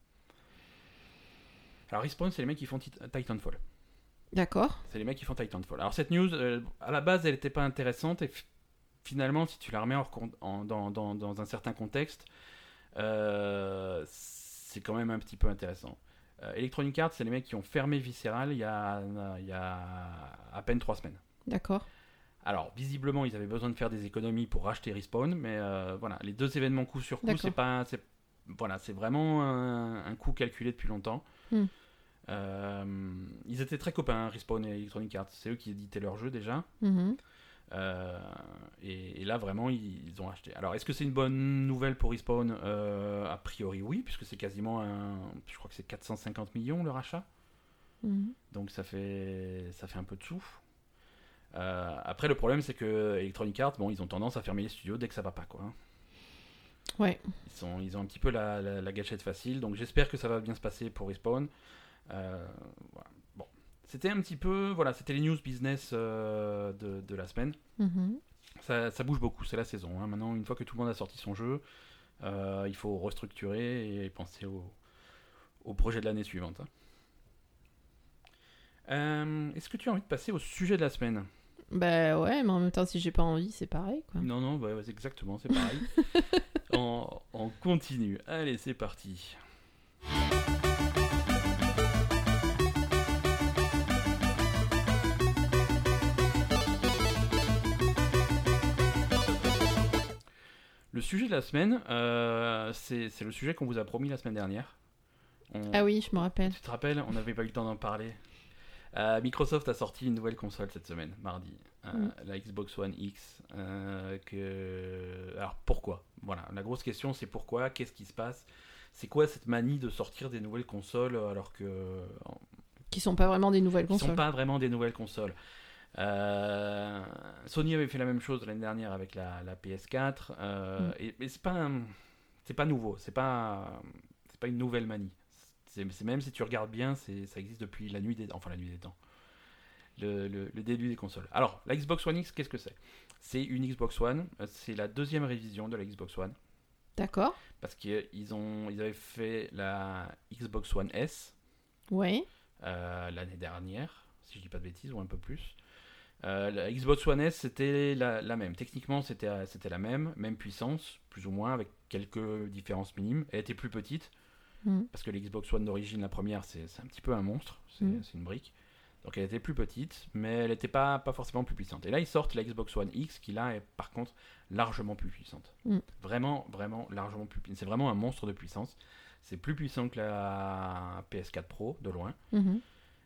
Alors, Respawn, c'est les mecs qui font Tit- Titanfall. D'accord. C'est les mecs qui font Titanfall. Alors, cette news, euh, à la base, elle n'était pas intéressante, et f- finalement, si tu la remets hors con- en- dans, dans- dans un certain contexte, euh, c'est quand même un petit peu intéressant. Euh, Electronic Arts, c'est les mecs qui ont fermé Visceral il y a, il y a à peine trois semaines. D'accord. Alors, visiblement, ils avaient besoin de faire des économies pour racheter Respawn, mais euh, voilà, les deux événements coup sur coup, D'accord. c'est pas, c'est, voilà, c'est vraiment un, un coup calculé depuis longtemps. Hmm. Euh, ils étaient très copains, Respawn et Electronic Arts. C'est eux qui éditaient leurs jeux déjà. Mhm. Euh, et, et là, vraiment, ils, ils ont acheté. Alors, est-ce que c'est une bonne nouvelle pour Respawn? Euh, A priori, oui, puisque c'est quasiment un. Je crois que c'est quatre cent cinquante millions le rachat. Mhm. Donc, ça fait, ça fait un peu de sous. Euh, après, le problème, c'est que Electronic Arts, bon, ils ont tendance à fermer les studios dès que ça va pas, quoi. hein. Ouais. Ils, sont, ils ont un petit peu la, la, la gâchette facile. Donc, j'espère que ça va bien se passer pour Respawn. Euh, voilà. Bon. C'était un petit peu. Voilà, c'était les news business euh, de, de la semaine. Mhm. Ça, ça bouge beaucoup, c'est la saison. hein. Maintenant, une fois que tout le monde a sorti son jeu, euh, il faut restructurer et penser au, au projet de l'année suivante. hein. Euh, Est-ce que tu as envie de passer au sujet de la semaine? Bah ouais, mais en même temps, si j'ai pas envie, c'est pareil quoi. Non, non, bah, ouais, c'est exactement, c'est pareil. on, on continue. Allez, c'est parti. Le sujet de la semaine, euh, c'est, c'est le sujet qu'on vous a promis la semaine dernière. On- Ah oui, je me rappelle. Tu te rappelles, on n'avait pas eu le temps d'en parler. Euh, Microsoft a sorti une nouvelle console cette semaine, mardi, euh, Mm. la Xbox One X. euh, que... Alors pourquoi? Voilà, la grosse question c'est pourquoi, qu'est-ce qui se passe? C'est quoi cette manie de sortir des nouvelles consoles alors que Qui sont pas vraiment des nouvelles ne sont consoles. pas vraiment des nouvelles consoles? Euh, Sony avait fait la même chose l'année dernière avec la, la P S quatre, euh, Mm. et, mais c'est pas, un- c'est pas nouveau, c'est pas, c'est pas une nouvelle manie. C'est, c'est même si tu regardes bien, c'est, ça existe depuis la nuit des, enfin la nuit des temps, le, le- le début des consoles. Alors la Xbox One X, qu'est-ce que c'est? C'est une Xbox One, euh, c'est la deuxième révision de la Xbox One, D'accord. parce qu'ils ont, ils avaient fait la Xbox One S Ouais. euh, l'année dernière, si je dis pas de bêtises, ou un peu plus. Euh, la Xbox One S, c'était la, la même. Techniquement, c'était, c'était la même, même puissance, plus ou moins, avec quelques différences minimes. Elle était plus petite, Mm. parce que l'Xbox One d'origine, la première, c'est, c'est un petit peu un monstre, c'est, Mm. c'est une brique. Donc elle était plus petite, mais elle n'était pas, pas forcément plus puissante. Et là, ils sortent la Xbox One X, qui là est par contre largement plus puissante. Mm. Vraiment, vraiment largement plus puissante. C'est vraiment un monstre de puissance. C'est plus puissant que la P S quatre Pro, de loin. Mhm.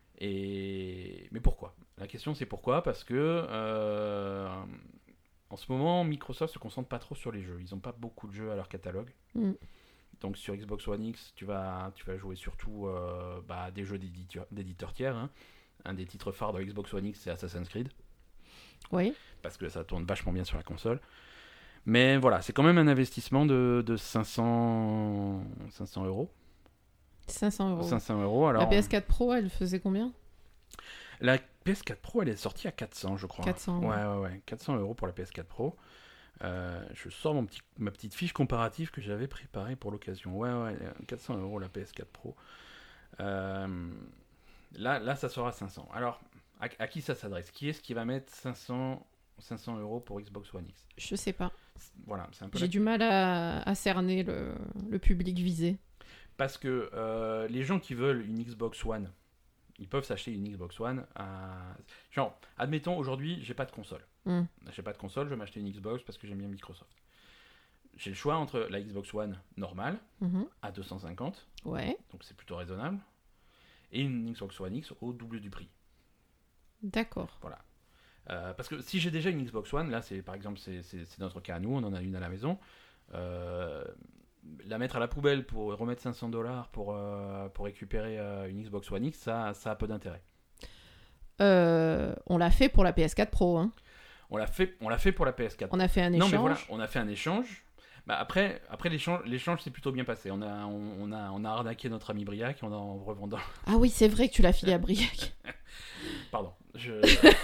Et... Mais pourquoi? La question c'est pourquoi? Parce que euh, en ce moment Microsoft se concentre pas trop sur les jeux. Ils n'ont pas beaucoup de jeux à leur catalogue. Mm. Donc sur Xbox One X, tu vas, tu vas jouer surtout euh, bah, des jeux d'éditeur- d'éditeurs tiers. hein. Un des titres phares de Xbox One X, c'est Assassin's Creed. Oui. Parce que ça tourne vachement bien sur la console. Mais voilà, c'est quand même un investissement de, de cinq cents, cinq cents euros. cinq cents euros. cinq cents euros. Alors, La P S quatre Pro, elle faisait combien? La P S quatre Pro, elle est sortie à quatre cents, je crois. quatre cents. Ouais, ouais, ouais. quatre cents euros pour la P S quatre Pro. Euh, je sors mon petit, ma petite fiche comparative que j'avais préparée pour l'occasion. Ouais, ouais, quatre cents euros la P S quatre Pro. Euh, là, là, ça sera cinq cents. Alors, à, à qui ça s'adresse? Qui est-ce qui va mettre cinq cents, cinq cents euros pour Xbox One X? Je sais pas. Voilà, c'est un peu J'ai la... du mal à, à cerner le, le public visé. Parce que euh, les gens qui veulent une Xbox One, ils peuvent s'acheter une Xbox One à... Genre, admettons, aujourd'hui, j'ai pas de console. Mm. J'ai pas de console, je vais m'acheter une Xbox parce que j'aime bien Microsoft. J'ai le choix entre la Xbox One normale, Mm-hmm. à deux cent cinquante, Ouais, donc c'est plutôt raisonnable, et une Xbox One X au double du prix. d'accord. Voilà. Euh, parce que si j'ai déjà une Xbox One, là, c'est par exemple, c'est, c'est, c'est notre cas à nous, on en a une à la maison, euh, la mettre à la poubelle pour remettre cinq cents dollars pour, euh, pour récupérer euh, une Xbox One X, ça, ça a peu d'intérêt. Euh, on l'a fait pour la P S quatre Pro. Hein. On l'a fait, on l'a fait pour la P S quatre. On a fait un échange. Non, mais voilà, on a fait un échange. Bah après, après l'échange, l'échange s'est plutôt bien passé. On a, on, on a, on a arnaqué notre ami Briac en en revendant. Ah oui, c'est vrai que tu l'as filé à Briac. Pardon. Je...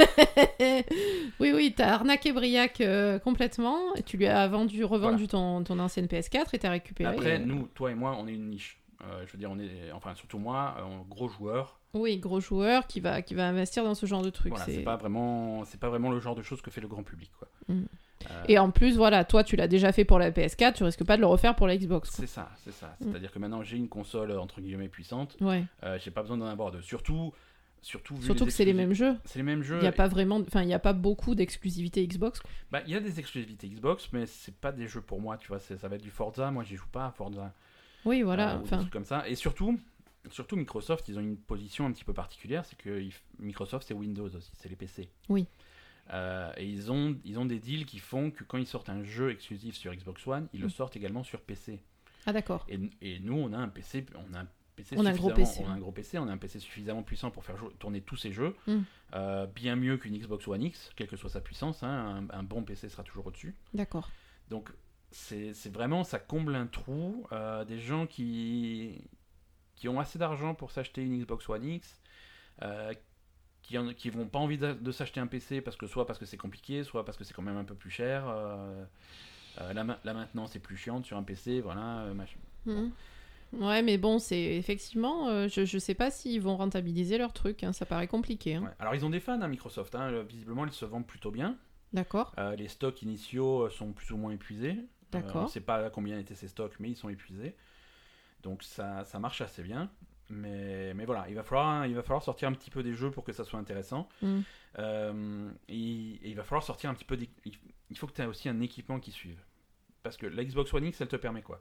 oui, oui, t'as arnaqué Briac euh, complètement. Et tu lui as vendu, revendu voilà. ton, ton ancienne P S quatre et t'as récupéré. Après, et... nous, toi et moi, on est une niche. Euh, je veux dire, on est, enfin surtout moi, un gros joueur. Oui, gros joueur qui va, qui va investir dans ce genre de trucs. Voilà, c'est... c'est pas vraiment, c'est pas vraiment le genre de choses que fait le grand public, quoi. Mm. Euh... Et en plus, voilà, toi, tu l'as déjà fait pour la P S quatre, tu risques pas de le refaire pour la Xbox. Quoi. C'est ça, c'est ça. C'est-à-dire mm. que maintenant, j'ai une console entre guillemets puissante. Ouais. Euh, j'ai pas besoin d'en avoir deux. Surtout, surtout, vu surtout les que c'est les mêmes jeux. C'est les mêmes jeux. Il y a pas vraiment, enfin, il y a pas beaucoup d'exclusivité Xbox. Quoi. Bah, il y a des exclusivités Xbox, mais c'est pas des jeux pour moi. Tu vois, c'est, ça va être du Forza. Moi, j'y joue pas à Forza. Oui, voilà. Euh, enfin. Des trucs comme ça. Et surtout. Surtout Microsoft, ils ont une position un petit peu particulière, c'est que ils, Microsoft c'est Windows aussi, c'est les P C. Oui. Euh, et ils ont, ils ont des deals qui font que quand ils sortent un jeu exclusif sur Xbox One, ils mmh. le sortent également sur P C. Ah d'accord. Et, et nous, on a un P C, on a un P C on a un gros P C. On a un gros P C, on a un P C suffisamment puissant pour faire jou- tourner tous ces jeux, mmh. euh, bien mieux qu'une Xbox One X, quelle que soit sa puissance. Hein, un, un bon P C sera toujours au-dessus. D'accord. Donc c'est, c'est vraiment, ça comble un trou. Euh, des gens qui qui ont assez d'argent pour s'acheter une Xbox One X, euh, qui en, qui vont pas envie de, de s'acheter un P C parce que soit parce que c'est compliqué, soit parce que c'est quand même un peu plus cher. Euh, euh, la, la maintenance est plus chiante sur un P C, voilà. Euh, machin. Mmh. Bon. Ouais, mais bon, c'est effectivement, euh, je je sais pas s'ils vont rentabiliser leur truc. Hein, ça paraît compliqué. Hein. Ouais. Alors ils ont des fans, hein, Microsoft. Hein, visiblement, ils se vendent plutôt bien. D'accord. Euh, les stocks initiaux sont plus ou moins épuisés. D'accord. Euh, on ne sait pas combien étaient ces stocks, mais ils sont épuisés. Donc ça, ça marche assez bien, mais, mais voilà, il va, falloir, il va falloir sortir un petit peu des jeux pour que ça soit intéressant. Mm. Euh, et, et il va falloir sortir un petit peu... Des, il faut que tu aies aussi un équipement qui suive. Parce que la Xbox One X, elle te permet quoi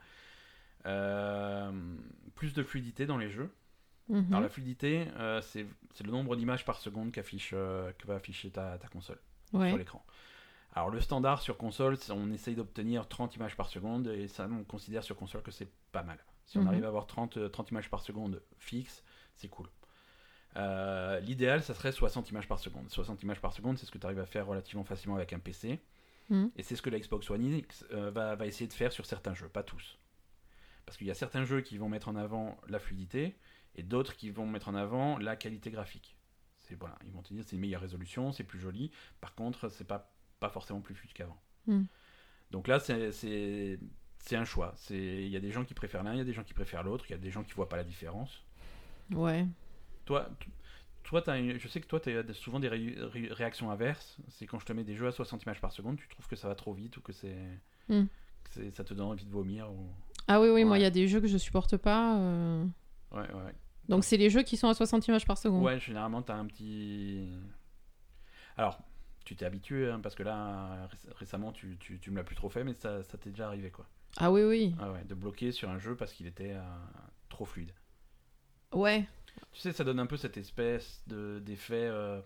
euh, plus de fluidité dans les jeux. Mm-hmm. Alors la fluidité, euh, c'est, c'est le nombre d'images par seconde qu'affiche, euh, que va afficher ta, ta console ouais. sur l'écran. Alors le standard sur console, on essaye d'obtenir trente images par seconde, et ça, on considère sur console que c'est pas mal. Si on mmh. arrive à avoir trente, trente images par seconde fixes, c'est cool. Euh, l'idéal, ça serait soixante images par seconde. soixante images par seconde, c'est ce que tu arrives à faire relativement facilement avec un P C. Mmh. Et c'est ce que la Xbox One X euh, va, va essayer de faire sur certains jeux, pas tous. Parce qu'il y a certains jeux qui vont mettre en avant la fluidité, et d'autres qui vont mettre en avant la qualité graphique. C'est, voilà, ils vont te dire c'est une meilleure résolution, c'est plus joli. Par contre, c'est pas, pas forcément plus fluide qu'avant. Mmh. Donc là, c'est... c'est C'est un choix. Il y a des gens qui préfèrent l'un, il y a des gens qui préfèrent l'autre, il y a des gens qui voient pas la différence. Ouais. Toi, t- toi t'as une, je sais que toi, tu as souvent des ré- ré- réactions inverses. C'est quand je te mets des jeux à soixante images par seconde, tu trouves que ça va trop vite ou que, c'est, mm. que c'est, ça te donne envie de vomir ou... Ah oui, oui, ouais. Moi, il y a des jeux que je supporte pas. Euh... Ouais, ouais. Donc, c'est les jeux qui sont à soixante images par seconde. Ouais, généralement, tu as un petit... Alors... Tu t'es habitué, hein, parce que là, ré- récemment, tu, tu, tu me l'as plus trop fait, mais ça, ça t'est déjà arrivé, quoi. Ah oui, oui. Ah ouais, de bloquer sur un jeu parce qu'il était euh, trop fluide. Ouais. Tu sais, ça donne un peu cette espèce de, d'effet... Euh,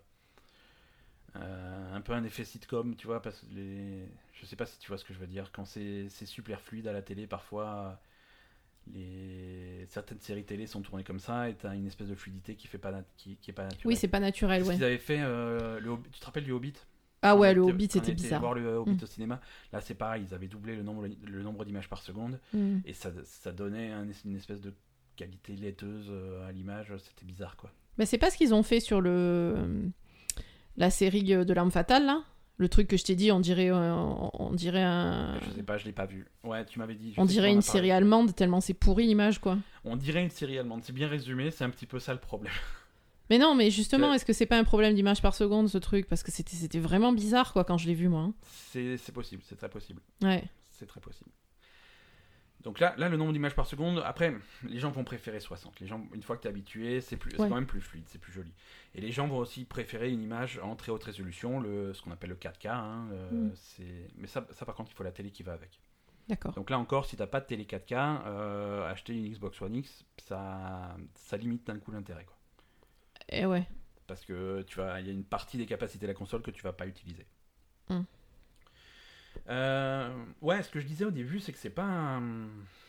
euh, un peu un effet sitcom, tu vois, parce que les... Je sais pas si tu vois ce que je veux dire. Quand c'est, c'est super fluide à la télé, parfois... Les... Certaines séries télé sont tournées comme ça et t'as une espèce de fluidité qui fait pas nat- qui, qui est pas naturelle. Oui, c'est pas naturel, ouais. Ils avaient fait euh, le Hobbit... Tu te rappelles du Hobbit? Ah ouais, on le était, Hobbit c'était bizarre. Voir le Hobbit mmh. au cinéma, là c'est pareil, ils avaient doublé le nombre le nombre d'images par seconde mmh. et ça ça donnait un, une espèce de qualité laiteuse euh, à l'image, c'était bizarre, quoi. Mais c'est pas ce qu'ils ont fait sur le la série de L'Arme Fatale, là. Le truc que je t'ai dit, on dirait, euh, on dirait un... Je sais pas, je l'ai pas vu. Ouais, tu m'avais dit. On dirait une série allemande, tellement c'est pourri l'image, quoi. On dirait une série allemande, c'est bien résumé, c'est un petit peu ça le problème. Mais non, mais justement, c'est... est-ce que c'est pas un problème d'image par seconde, ce truc? Parce que c'était, c'était vraiment bizarre, quoi, quand je l'ai vu, moi. Hein. C'est, c'est possible, c'est très possible. Ouais. C'est très possible. Donc là, là, le nombre d'images par seconde, après, les gens vont préférer soixante. Les gens, une fois que tu es habitué, c'est, plus, ouais. c'est quand même plus fluide, c'est plus joli. Et les gens vont aussi préférer une image en très haute résolution, le, ce qu'on appelle le quatre K. Hein, euh, mm. c'est... Mais ça, ça, par contre, il faut la télé qui va avec. D'accord. Donc là encore, si tu n'as pas de télé quatre K, euh, acheter une Xbox One X, ça, ça limite d'un coup l'intérêt, quoi. Et ouais. Parce que tu vas, il y a une partie des capacités de la console que tu vas pas utiliser. Mm. Euh, ouais, ce que je disais au début, c'est que c'est pas un...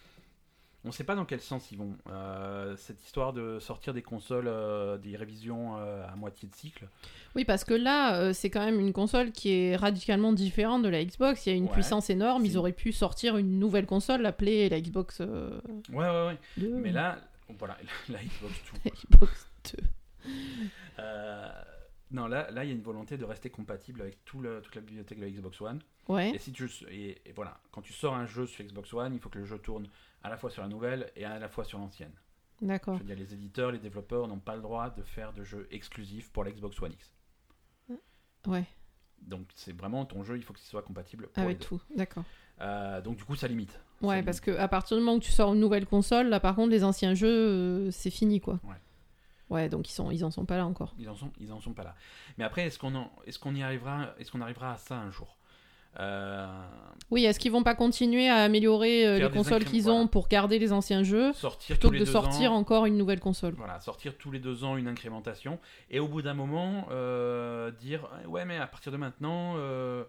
On sait pas dans quel sens ils vont. Euh, cette histoire de sortir des consoles, euh, des révisions euh, à moitié de cycle. Oui, parce que là, euh, c'est quand même une console qui est radicalement différente de la Xbox. Il y a une ouais, puissance énorme. Ils auraient pu sortir une nouvelle console, l'appeler la Xbox. Euh, ouais, ouais, ouais. deux. Mais là, voilà, la Xbox deux. La Xbox deux. euh, non, là, là, il y a une volonté de rester compatible avec tout le, toute la bibliothèque de la Xbox One. Ouais. Et, si tu, et, et voilà, quand tu sors un jeu sur Xbox One, il faut que le jeu tourne à la fois sur la nouvelle et à la fois sur l'ancienne. D'accord. Je veux dire, les éditeurs, les développeurs n'ont pas le droit de faire de jeux exclusifs pour la Xbox One X. Ouais. Donc c'est vraiment ton jeu, il faut qu'il soit compatible pour avec les deux. tout, d'accord. Euh, donc du coup, ça limite. Ouais, ça parce limite. qu'à partir du moment où tu sors une nouvelle console, là par contre, les anciens jeux, euh, c'est fini, quoi. Ouais. Ouais, donc ils, sont, ils en sont pas là encore. Ils en sont, ils en sont pas là. Mais après, est-ce qu'on, en, est-ce qu'on y arrivera, est-ce qu'on arrivera à ça un jour? Euh... Oui, est-ce qu'ils vont pas continuer à améliorer euh, les consoles qu'ils ont voilà. pour garder les anciens jeux, sortir plutôt tous que les de sortir ans, encore une nouvelle console? Voilà, sortir tous les deux ans une incrémentation, et au bout d'un moment, euh, dire ouais, mais à partir de maintenant, euh,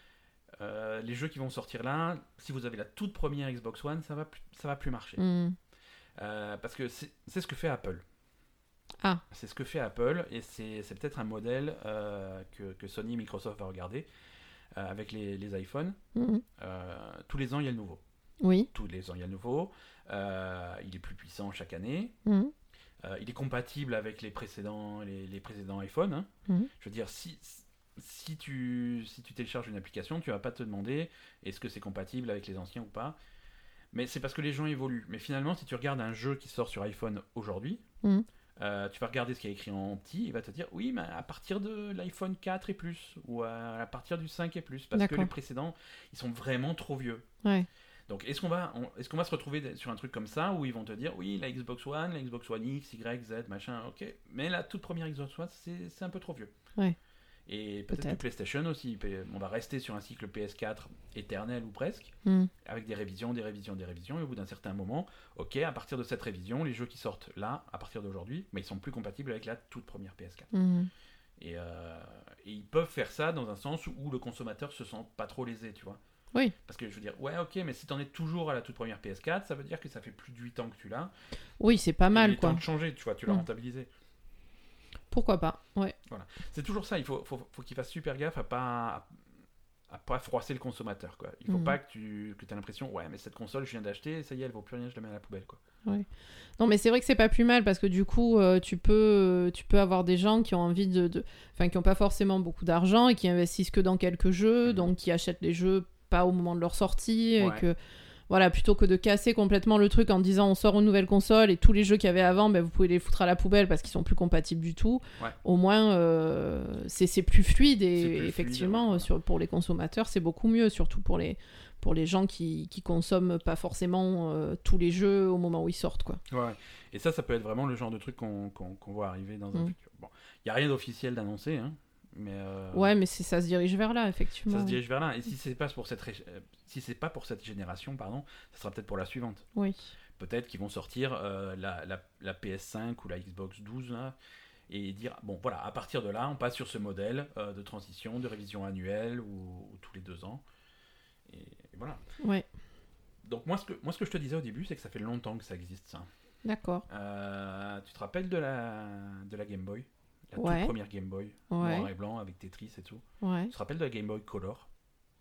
euh, les jeux qui vont sortir là, si vous avez la toute première Xbox One, ça va plus, ça va plus marcher. Mm. Euh, parce que c'est, c'est ce que fait Apple. Ah. C'est ce que fait Apple, et c'est, c'est peut-être un modèle euh, que, que Sony et Microsoft va regarder. Euh, avec les, les iPhones, mmh. euh, tous les ans il y a le nouveau. Oui. Tous les ans il y a le nouveau. Euh, il est plus puissant chaque année. Mmh. Euh, il est compatible avec les précédents, les, les précédents iPhones. Hein. Mmh. Je veux dire, si, si, tu, si tu télécharges une application, tu vas pas te demander est-ce que c'est compatible avec les anciens ou pas. Mais c'est parce que les gens évoluent. Mais finalement, si tu regardes un jeu qui sort sur iPhone aujourd'hui, mmh. Euh, tu vas regarder ce qui est écrit en petit, il va te dire oui, mais à partir de l'iPhone quatre et plus, ou à, à partir du cinq et plus, parce D'accord. que les précédents, ils sont vraiment trop vieux. Ouais. Donc est-ce qu'on va, on, est-ce qu'on va se retrouver sur un truc comme ça, où ils vont te dire oui, la Xbox One, la Xbox One X, Y, Z, machin, ok, mais la toute première Xbox One, c'est, c'est un peu trop vieux. Ouais. Et peut-être, peut-être que PlayStation aussi, on va rester sur un cycle P S quatre éternel ou presque, mm. avec des révisions, des révisions, des révisions, et au bout d'un certain moment, ok, à partir de cette révision, les jeux qui sortent là, à partir d'aujourd'hui, mais ils sont plus compatibles avec la toute première P S quatre. Mm. Et, euh, et ils peuvent faire ça dans un sens où le consommateur se sent pas trop lésé, tu vois. Oui. Parce que je veux dire, ouais, ok, mais si t'en es toujours à la toute première P S quatre, ça veut dire que ça fait plus de huit ans que tu l'as. Oui, c'est pas mal, il est quoi. temps de changer, tu vois, tu l'as mm. rentabilisé. Pourquoi pas, ouais. Voilà. C'est toujours ça, il faut, faut, faut qu'il fasse super gaffe à pas, à pas froisser le consommateur, quoi. Il faut mmh. pas que tu que aies l'impression, ouais, mais cette console, je viens d'acheter, ça y est, elle vaut plus rien, je la mets à la poubelle, quoi. Ouais. Non, mais c'est vrai que c'est pas plus mal, parce que du coup, euh, tu, peux, tu peux avoir des gens qui ont envie de... de... Enfin, qui ont pas forcément beaucoup d'argent, et qui investissent que dans quelques jeux, mmh. donc qui achètent les jeux pas au moment de leur sortie, ouais. et que... Voilà, plutôt que de casser complètement le truc en disant on sort une nouvelle console et tous les jeux qu'il y avait avant, ben, vous pouvez les foutre à la poubelle parce qu'ils sont plus compatibles du tout. Ouais. Au moins, euh, c'est, c'est plus fluide et c'est plus effectivement, fluide, ouais. sur, pour les consommateurs, c'est beaucoup mieux, surtout pour les, pour les gens qui, qui consomment pas forcément euh, tous les jeux au moment où ils sortent, quoi. Ouais, et ça, ça peut être vraiment le genre de truc qu'on, qu'on, qu'on voit arriver dans un mmh. futur. Bon, il n'y a rien d'officiel d'annoncé, hein. Mais euh... ouais, mais c'est, ça se dirige vers là, effectivement. Ça se dirige vers là. Et si c'est pas pour cette, ré... si c'est pas pour cette génération, pardon, ça sera peut-être pour la suivante. Oui. Peut-être qu'ils vont sortir euh, la, la, la P S cinq ou la Xbox douze là, et dire bon voilà, à partir de là, on passe sur ce modèle euh, de transition, de révision annuelle ou, ou tous les deux ans. Et, et voilà. Ouais. Donc moi ce que moi ce que je te disais au début, c'est que ça fait longtemps que ça existe ça. D'accord. Euh, tu te rappelles de la de la Game Boy? La ouais. toute première Game Boy, ouais. noir et blanc avec Tetris et tout. Ouais. Tu te rappelles de la Game Boy Color?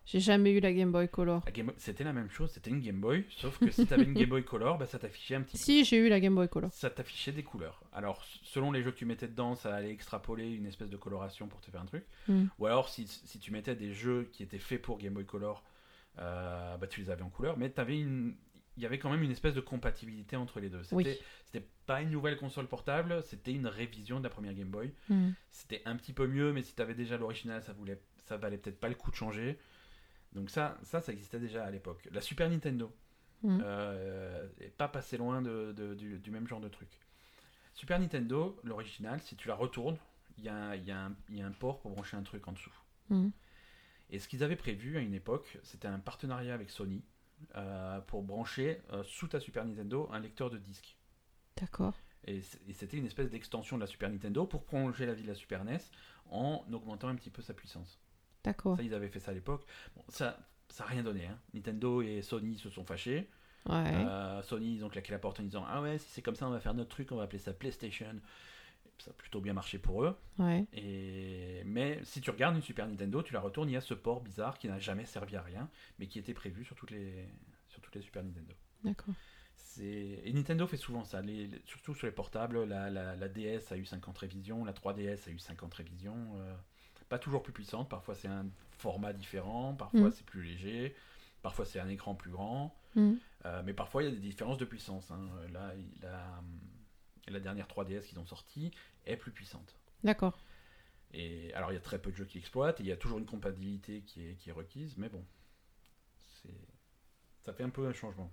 J'ai jamais eu la Game Boy Color. La Game Boy, c'était la même chose, c'était une Game Boy, sauf que si tu avais une Game Boy Color, bah, ça t'affichait un petit Si, peu. j'ai eu la Game Boy Color. Ça t'affichait des couleurs. Alors, selon les jeux que tu mettais dedans, ça allait extrapoler une espèce de coloration pour te faire un truc. Mm. Ou alors, si, si tu mettais des jeux qui étaient faits pour Game Boy Color, euh, bah, tu les avais en couleur, mais t'avais une... il y avait quand même une espèce de compatibilité entre les deux. C'était, Oui. c'était pas une nouvelle console portable, c'était une révision de la première Game Boy. Mm. C'était un petit peu mieux, mais si t'avais déjà l'original, ça, voulait, ça valait peut-être pas le coup de changer. Donc ça, ça, ça existait déjà à l'époque. La Super Nintendo Mm. euh, est pas passé loin de, de, du, du même genre de truc. Super Nintendo, l'original, si tu la retournes, il y, y, y a un port pour brancher un truc en dessous. Mm. Et ce qu'ils avaient prévu à une époque, c'était un partenariat avec Sony euh, pour brancher euh, sous ta Super Nintendo un lecteur de disques. D'accord. Et, et c'était une espèce d'extension de la Super Nintendo pour prolonger la vie de la Super N E S en augmentant un petit peu sa puissance. D'accord. Ça, ils avaient fait ça à l'époque. Bon, ça n'a rien donné. Hein. Nintendo et Sony se sont fâchés. Ouais. Euh, Sony, ils ont claqué la porte en disant « Ah ouais, si c'est comme ça, on va faire notre truc, on va appeler ça PlayStation. » Ça a plutôt bien marché pour eux. Ouais. Et... Mais si tu regardes une Super Nintendo, tu la retournes, il y a ce port bizarre qui n'a jamais servi à rien, mais qui était prévu sur toutes les, sur toutes les Super Nintendo. D'accord. C'est... Et Nintendo fait souvent ça, les... Les... surtout sur les portables. La, la, la D S a eu cinquante révisions, la trois D S a eu cinquante révisions. Euh... Pas toujours plus puissante, parfois c'est un format différent, parfois Mm. c'est plus léger, parfois c'est un écran plus grand, Mm. euh, mais parfois il y a des différences de puissance. Hein. Là, la, la dernière trois D S qu'ils ont sortie est plus puissante. D'accord. Et alors il y a très peu de jeux qui exploitent, et il y a toujours une compatibilité qui est, qui est requise, mais bon, c'est... ça fait un peu un changement.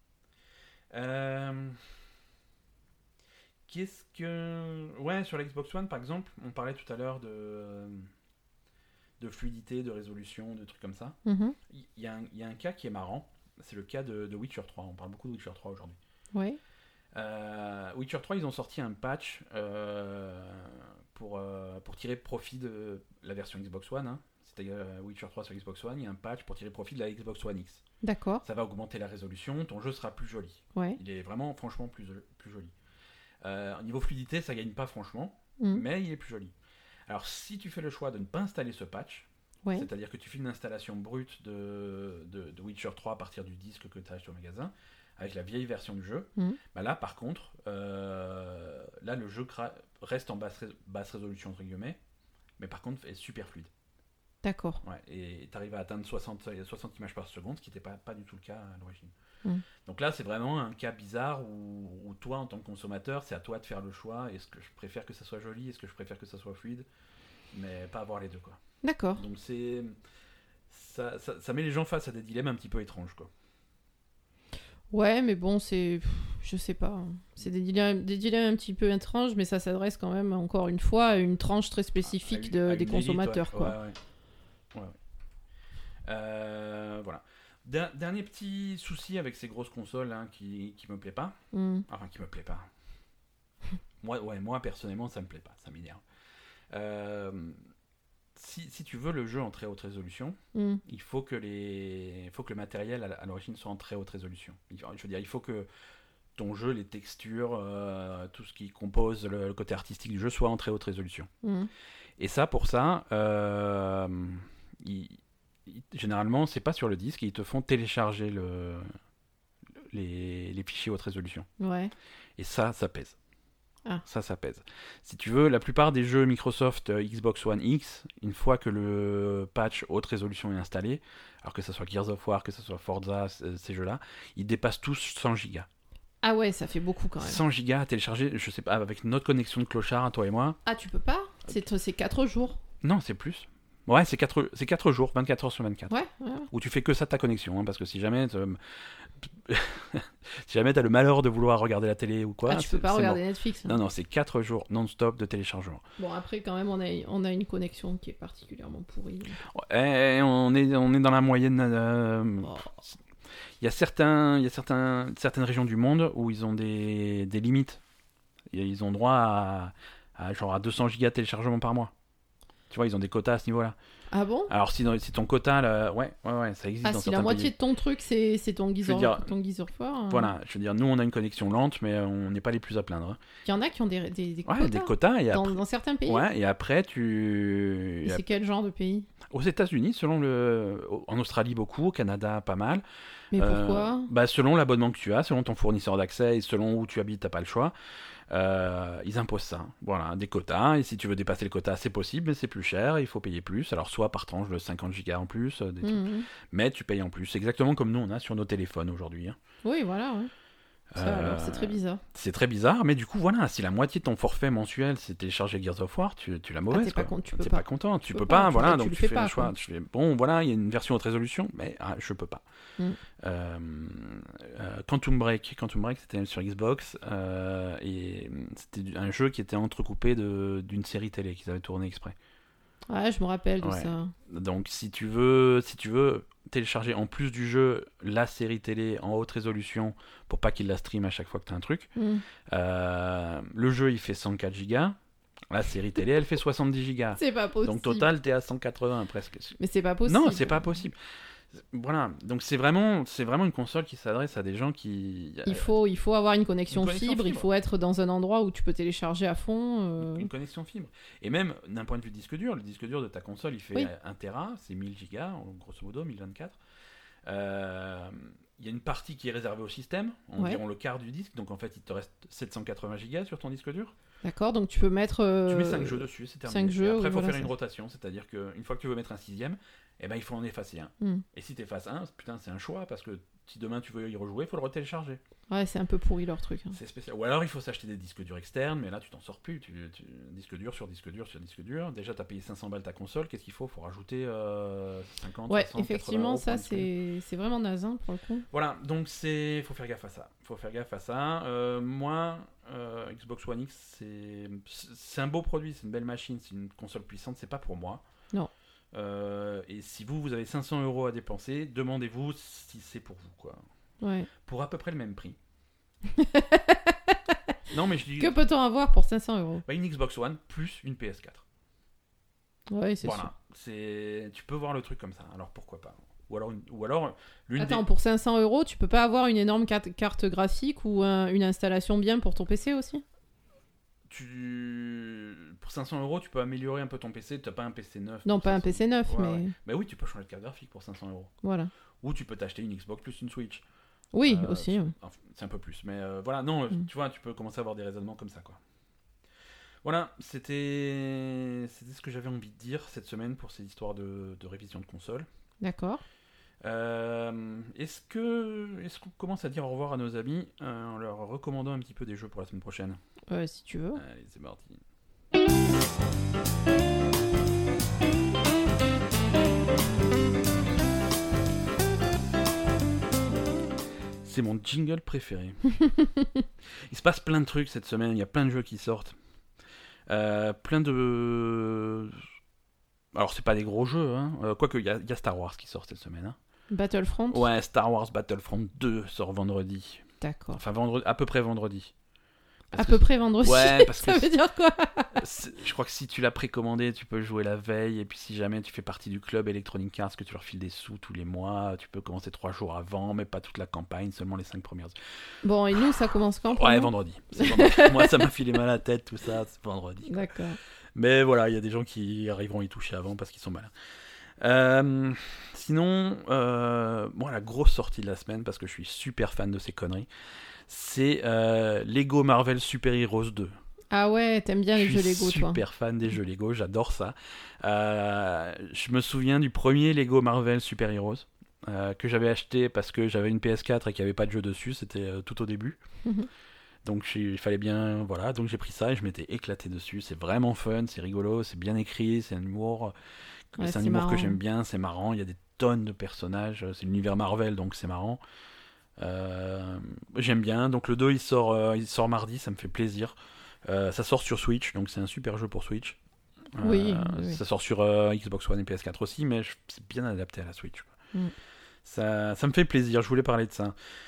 Euh... Qu'est-ce que... Ouais, sur la Xbox One par exemple, on parlait tout à l'heure de... de fluidité, de résolution, de trucs comme ça. Mm-hmm. Il y, y, y a un cas qui est marrant, c'est le cas de, de Witcher trois. On parle beaucoup de Witcher trois aujourd'hui. Ouais. Euh, Witcher trois, ils ont sorti un patch euh, pour, euh, pour tirer profit de la version Xbox One. Hein. C'était euh, Witcher trois sur Xbox One, il y a un patch pour tirer profit de la Xbox One X. D'accord. Ça va augmenter la résolution, ton jeu sera plus joli. Ouais. Il est vraiment, franchement, plus, plus joli. Euh, au niveau fluidité, ça gagne pas franchement, Mm. mais il est plus joli. Alors, si tu fais le choix de ne pas installer ce patch, Ouais. c'est-à-dire que tu fais une installation brute de, de, de Witcher trois à partir du disque que tu as acheté au magasin, avec la vieille version du jeu, Mm. bah là, par contre, euh, là, le jeu cra- reste en basse, rés- basse résolution, entre guillemets, mais par contre, est super fluide. D'accord. Ouais, et tu arrives à atteindre soixante, soixante images par seconde, ce qui n'était pas, pas du tout le cas à l'origine. Mm. Donc là, c'est vraiment un cas bizarre où, où toi, en tant que consommateur, c'est à toi de faire le choix. Est-ce que je préfère que ça soit joli? Est-ce que je préfère que ça soit fluide? Mais pas avoir les deux, quoi. D'accord. Donc c'est... Ça, ça, ça met les gens face à des dilemmes un petit peu étranges, quoi. Ouais, mais bon, c'est... pff, je sais pas. C'est des dilemmes, des dilemmes un petit peu étranges, mais ça s'adresse quand même, encore une fois, à une tranche très spécifique À une- de, à une des élite, consommateurs, ouais. quoi. Ouais, ouais. Ouais, ouais. Euh, voilà. Der- dernier petit souci avec ces grosses consoles hein, qui, qui me plaît pas. Mm. Enfin, qui me plaît pas. moi, ouais, moi, personnellement, ça me plaît pas. Ça m'énerve. Euh, si, si tu veux le jeu en très haute résolution, Mm. il faut que, les... il faut que le matériel à, à l'origine soit en très haute résolution. Il- Je veux dire, il faut que ton jeu, les textures, euh, tout ce qui compose le, le côté artistique du jeu soit en très haute résolution. Mm. Et ça, pour ça, euh, il- il- généralement, c'est pas sur le disque, ils te font télécharger le, les, les fichiers haute résolution. Ouais. Et ça, ça pèse. Ah. Ça, ça pèse. Si tu veux, la plupart des jeux Microsoft euh, Xbox One X, une fois que le patch haute résolution est installé, alors que ce soit Gears of War, que ce soit Forza, c- ces jeux-là, ils dépassent tous cent gigas. Ah ouais, ça fait beaucoup quand même. cent gigas à télécharger, je sais pas, avec notre connexion de clochard, hein, toi et moi. Ah, tu peux pas? C'est c'est quatre jours. Non, c'est plus. Ouais, c'est quatre, c'est quatre jours, vingt-quatre heures sur vingt-quatre. Ouais, ouais. Où tu fais que ça de ta connexion, hein, parce que si jamais euh, si jamais t'as le malheur de vouloir regarder la télé ou quoi, Ah, tu c'est- peux pas c'est regarder mort. Netflix. hein. Non, non, c'est quatre jours non-stop de téléchargement. Bon, après, quand même, on a, on a une connexion qui est particulièrement pourrie. Et on est, on est dans la moyenne. euh, Oh. Il y a, certains, il y a certains, certaines régions du monde où ils ont des, des limites. Et ils ont droit à, à genre à deux cents gigas de téléchargement par mois. Tu vois, ils ont des quotas à ce niveau-là. Ah bon? Alors si, dans, si ton quota, là, ouais, ouais, ouais, ça existe Ah, dans si la certains moitié pays. de ton truc, c'est, c'est ton Je veux geezer, dire, ton geezer fort. euh, Voilà, je veux dire, nous on a une connexion lente, mais on n'est pas les plus à plaindre. hein. Il y en a qui ont des, des, des Ouais, quotas des quotas, et dans, après, dans certains pays. ouais, et après tu... Et c'est quel genre de pays? Aux États-Unis, selon le... en Australie beaucoup, au Canada pas mal. Mais Euh, pourquoi? bah, selon l'abonnement que tu as, selon ton fournisseur d'accès et selon où tu habites, t'as pas le choix. Euh, ils imposent ça. Voilà, des quotas. Et si tu veux dépasser le quota, c'est possible, mais c'est plus cher. Il faut payer plus. Alors, soit par tranche de cinquante gigas en plus, euh, des trucs. Mhm. Mais tu payes en plus. C'est exactement comme nous, on a sur nos téléphones aujourd'hui. hein. Oui, voilà. Ouais. Ça, Euh, alors, c'est très bizarre. C'est très bizarre, mais du coup, voilà, si la moitié de ton forfait mensuel c'est télécharger Gears of War, tu, tu l'as mauvaise. Ah, t'es pas quoi. con- tu peux T'es pas. pas content, tu, Tu peux peux pas, pas, tu voilà, le- tu donc le tu fais fais pas, un choix. quoi. Tu fais, bon, voilà, il y a une version haute résolution, mais ah, je peux pas. Mm. Euh, euh, Quantum Break, Quantum Break, c'était sur Xbox euh, et c'était un jeu qui était entrecoupé de, d'une série télé qu'ils avaient tourné exprès. Ouais, je me rappelle de Ouais. ça. Donc, si tu veux, si tu veux télécharger en plus du jeu la série télé en haute résolution pour pas qu'il la stream à chaque fois que tu as un truc, Mm. euh, le jeu il fait cent quatre gigas, la série télé elle fait soixante-dix gigas. C'est pas possible. Donc total t'es à cent quatre-vingts presque. Mais c'est pas possible. Non, c'est pas possible. Voilà, donc c'est vraiment, c'est vraiment une console qui s'adresse à des gens qui. Il faut, il faut avoir une connexion, Une connexion fibre, il fibre. faut être dans un endroit où tu peux télécharger à fond. euh, Une connexion fibre. Et même d'un point de vue disque dur, le disque dur de ta console il fait Oui. un téra, c'est mille gigas, en grosso modo, mille vingt-quatre. Euh, Il y a une partie qui est réservée au système, environ Ouais. le quart du disque, donc en fait il te reste sept cent quatre-vingts gigas sur ton disque dur. D'accord, donc tu peux mettre. euh, Tu mets cinq jeux dessus, c'est terminé. cinq jeux, Et après, il oui, faut voilà, faire une ça. rotation, c'est-à-dire qu'une fois que tu veux mettre un sixième, eh ben, il faut en effacer un. Hmm. Et si tu effaces un, putain, c'est un choix, parce que si demain tu veux y rejouer, il faut le retélécharger. Ouais, c'est un peu pourri leur truc. hein. C'est spécial. Ou alors il faut s'acheter des disques durs externes, mais là tu t'en sors plus. Tu, tu- disque dur sur disque dur sur disque dur. Déjà, tu as payé cinq cents balles ta console, qu'est-ce qu'il faut? Il faut rajouter euh, cinquante, Ouais, soixante, quatre-vingts effectivement, euros pour ça un disque dur. c'est c'est vraiment naze hein, pour le coup. Voilà, donc c'est faut faire gaffe à ça. Faut faire gaffe à ça. Euh, moi, euh, Xbox One X, c'est c'est un beau produit, c'est une belle machine, c'est une console puissante. C'est pas pour moi. Non. Euh, et si vous vous avez cinq cents euros à dépenser, demandez-vous si c'est pour vous quoi. Ouais. Pour à peu près le même prix. Non mais je dis Que peut-on avoir pour cinq cents euros? bah, une Xbox One plus une P S quatre. Ouais, c'est sûr. Voilà, c'est tu peux voir le truc comme ça. Alors pourquoi pas? Ou alors une- ou alors l'une Attends, des... pour cinq cents euros, tu peux pas avoir une énorme carte, carte graphique ou un- une installation bien pour ton P C aussi? tu pour cinq cents euros, tu peux améliorer un peu ton P C. T'as pas un P C neuf. Non, pour pas un cinq cents. P C neuf, Ouais, mais ouais. Mais oui, tu peux changer de carte graphique pour cinq cents euros. voilà. Ou tu peux t'acheter une Xbox plus une Switch. Oui, Euh, aussi. ouais. Enfin, c'est un peu plus, mais euh, voilà, non, euh, Mm. tu vois, tu peux commencer à avoir des raisonnements comme ça, quoi. Voilà, c'était c'était ce que j'avais envie de dire cette semaine pour ces histoires de, de révision de console. D'accord. Euh, est-ce que est-ce qu'on commence à dire au revoir à nos amis euh, en leur recommandant un petit peu des jeux pour la semaine prochaine? Euh, si tu veux. Allez, c'est parti. C'est mon jingle préféré. Il se passe plein de trucs cette semaine, il y a plein de jeux qui sortent. Euh, plein de... Alors c'est pas des gros jeux, hein. euh, quoique il y, a- il y a Star Wars qui sort cette semaine. Hein. Battlefront. Ouais, Star Wars Battlefront deux sort vendredi. D'accord. Enfin vendredi, à peu près vendredi. Parce À que peu près vendredi. Ouais, parce Ça que veut dire quoi? c'est- je crois que si tu l'as précommandé, tu peux jouer la veille. Et puis si jamais tu fais partie du club Electronic Arts, que tu leur files des sous tous les mois, tu peux commencer trois jours avant, mais pas toute la campagne, seulement les cinq premières. Bon, et nous, ça commence quand pour Ouais, nous vendredi. C'est vendredi. Moi, ça m'a filé mal à la tête, tout ça, c'est vendredi. D'accord. Mais voilà, il y a des gens qui arriveront à y toucher avant parce qu'ils sont malins. Euh, sinon, euh, moi, la grosse sortie de la semaine, parce que je suis super fan de ces conneries, c'est euh, Lego Marvel Super Heroes deux. Ah ouais, t'aimes bien les Je jeux suis Lego, toi. super fan des jeux Lego, j'adore ça. Euh, je me souviens du premier Lego Marvel Super Heroes euh, que j'avais acheté parce que j'avais une P S quatre et qu'il n'y avait pas de jeu dessus, c'était euh, tout au début. Mhm. Donc j'ai- il fallait bien, voilà, donc j'ai pris ça et je m'étais éclaté dessus. C'est vraiment fun, c'est rigolo, c'est bien écrit, c'est un humour, Ouais, c'est un c'est humour marrant. que j'aime bien, c'est marrant. Il y a des tonnes de personnages, c'est l'univers Marvel donc c'est marrant. Euh, j'aime bien. Donc le deux il sort, euh, il sort mardi, ça me fait plaisir. Euh, ça sort sur Switch, donc c'est un super jeu pour Switch. Euh, Oui, oui. Ça sort sur euh, Xbox One et P S quatre aussi, mais je- c'est bien adapté à la Switch. quoi. Mm. Ça, ça me fait plaisir, je voulais parler de ça.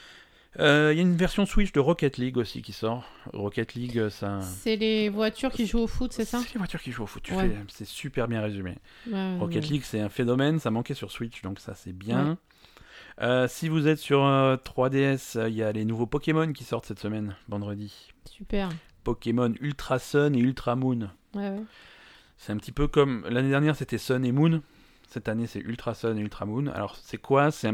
Il euh, y a une version Switch de Rocket League aussi qui sort. Rocket League, ça... C'est les voitures qui jouent au foot, c'est ça? C'est les voitures qui jouent au foot, tu ouais. fais... c'est super bien résumé. Ouais, Rocket ouais. League, c'est un phénomène, ça manquait sur Switch, donc ça c'est bien. Ouais. Euh, si vous êtes sur euh, trois D S, il euh, y a les nouveaux Pokémon qui sortent cette semaine, vendredi. Super. Pokémon Ultra Sun et Ultra Moon. Ouais, ouais. C'est un petit peu comme... L'année dernière, c'était Sun et Moon. Cette année, c'est Ultra Sun et Ultra Moon. Alors, c'est quoi? C'est un...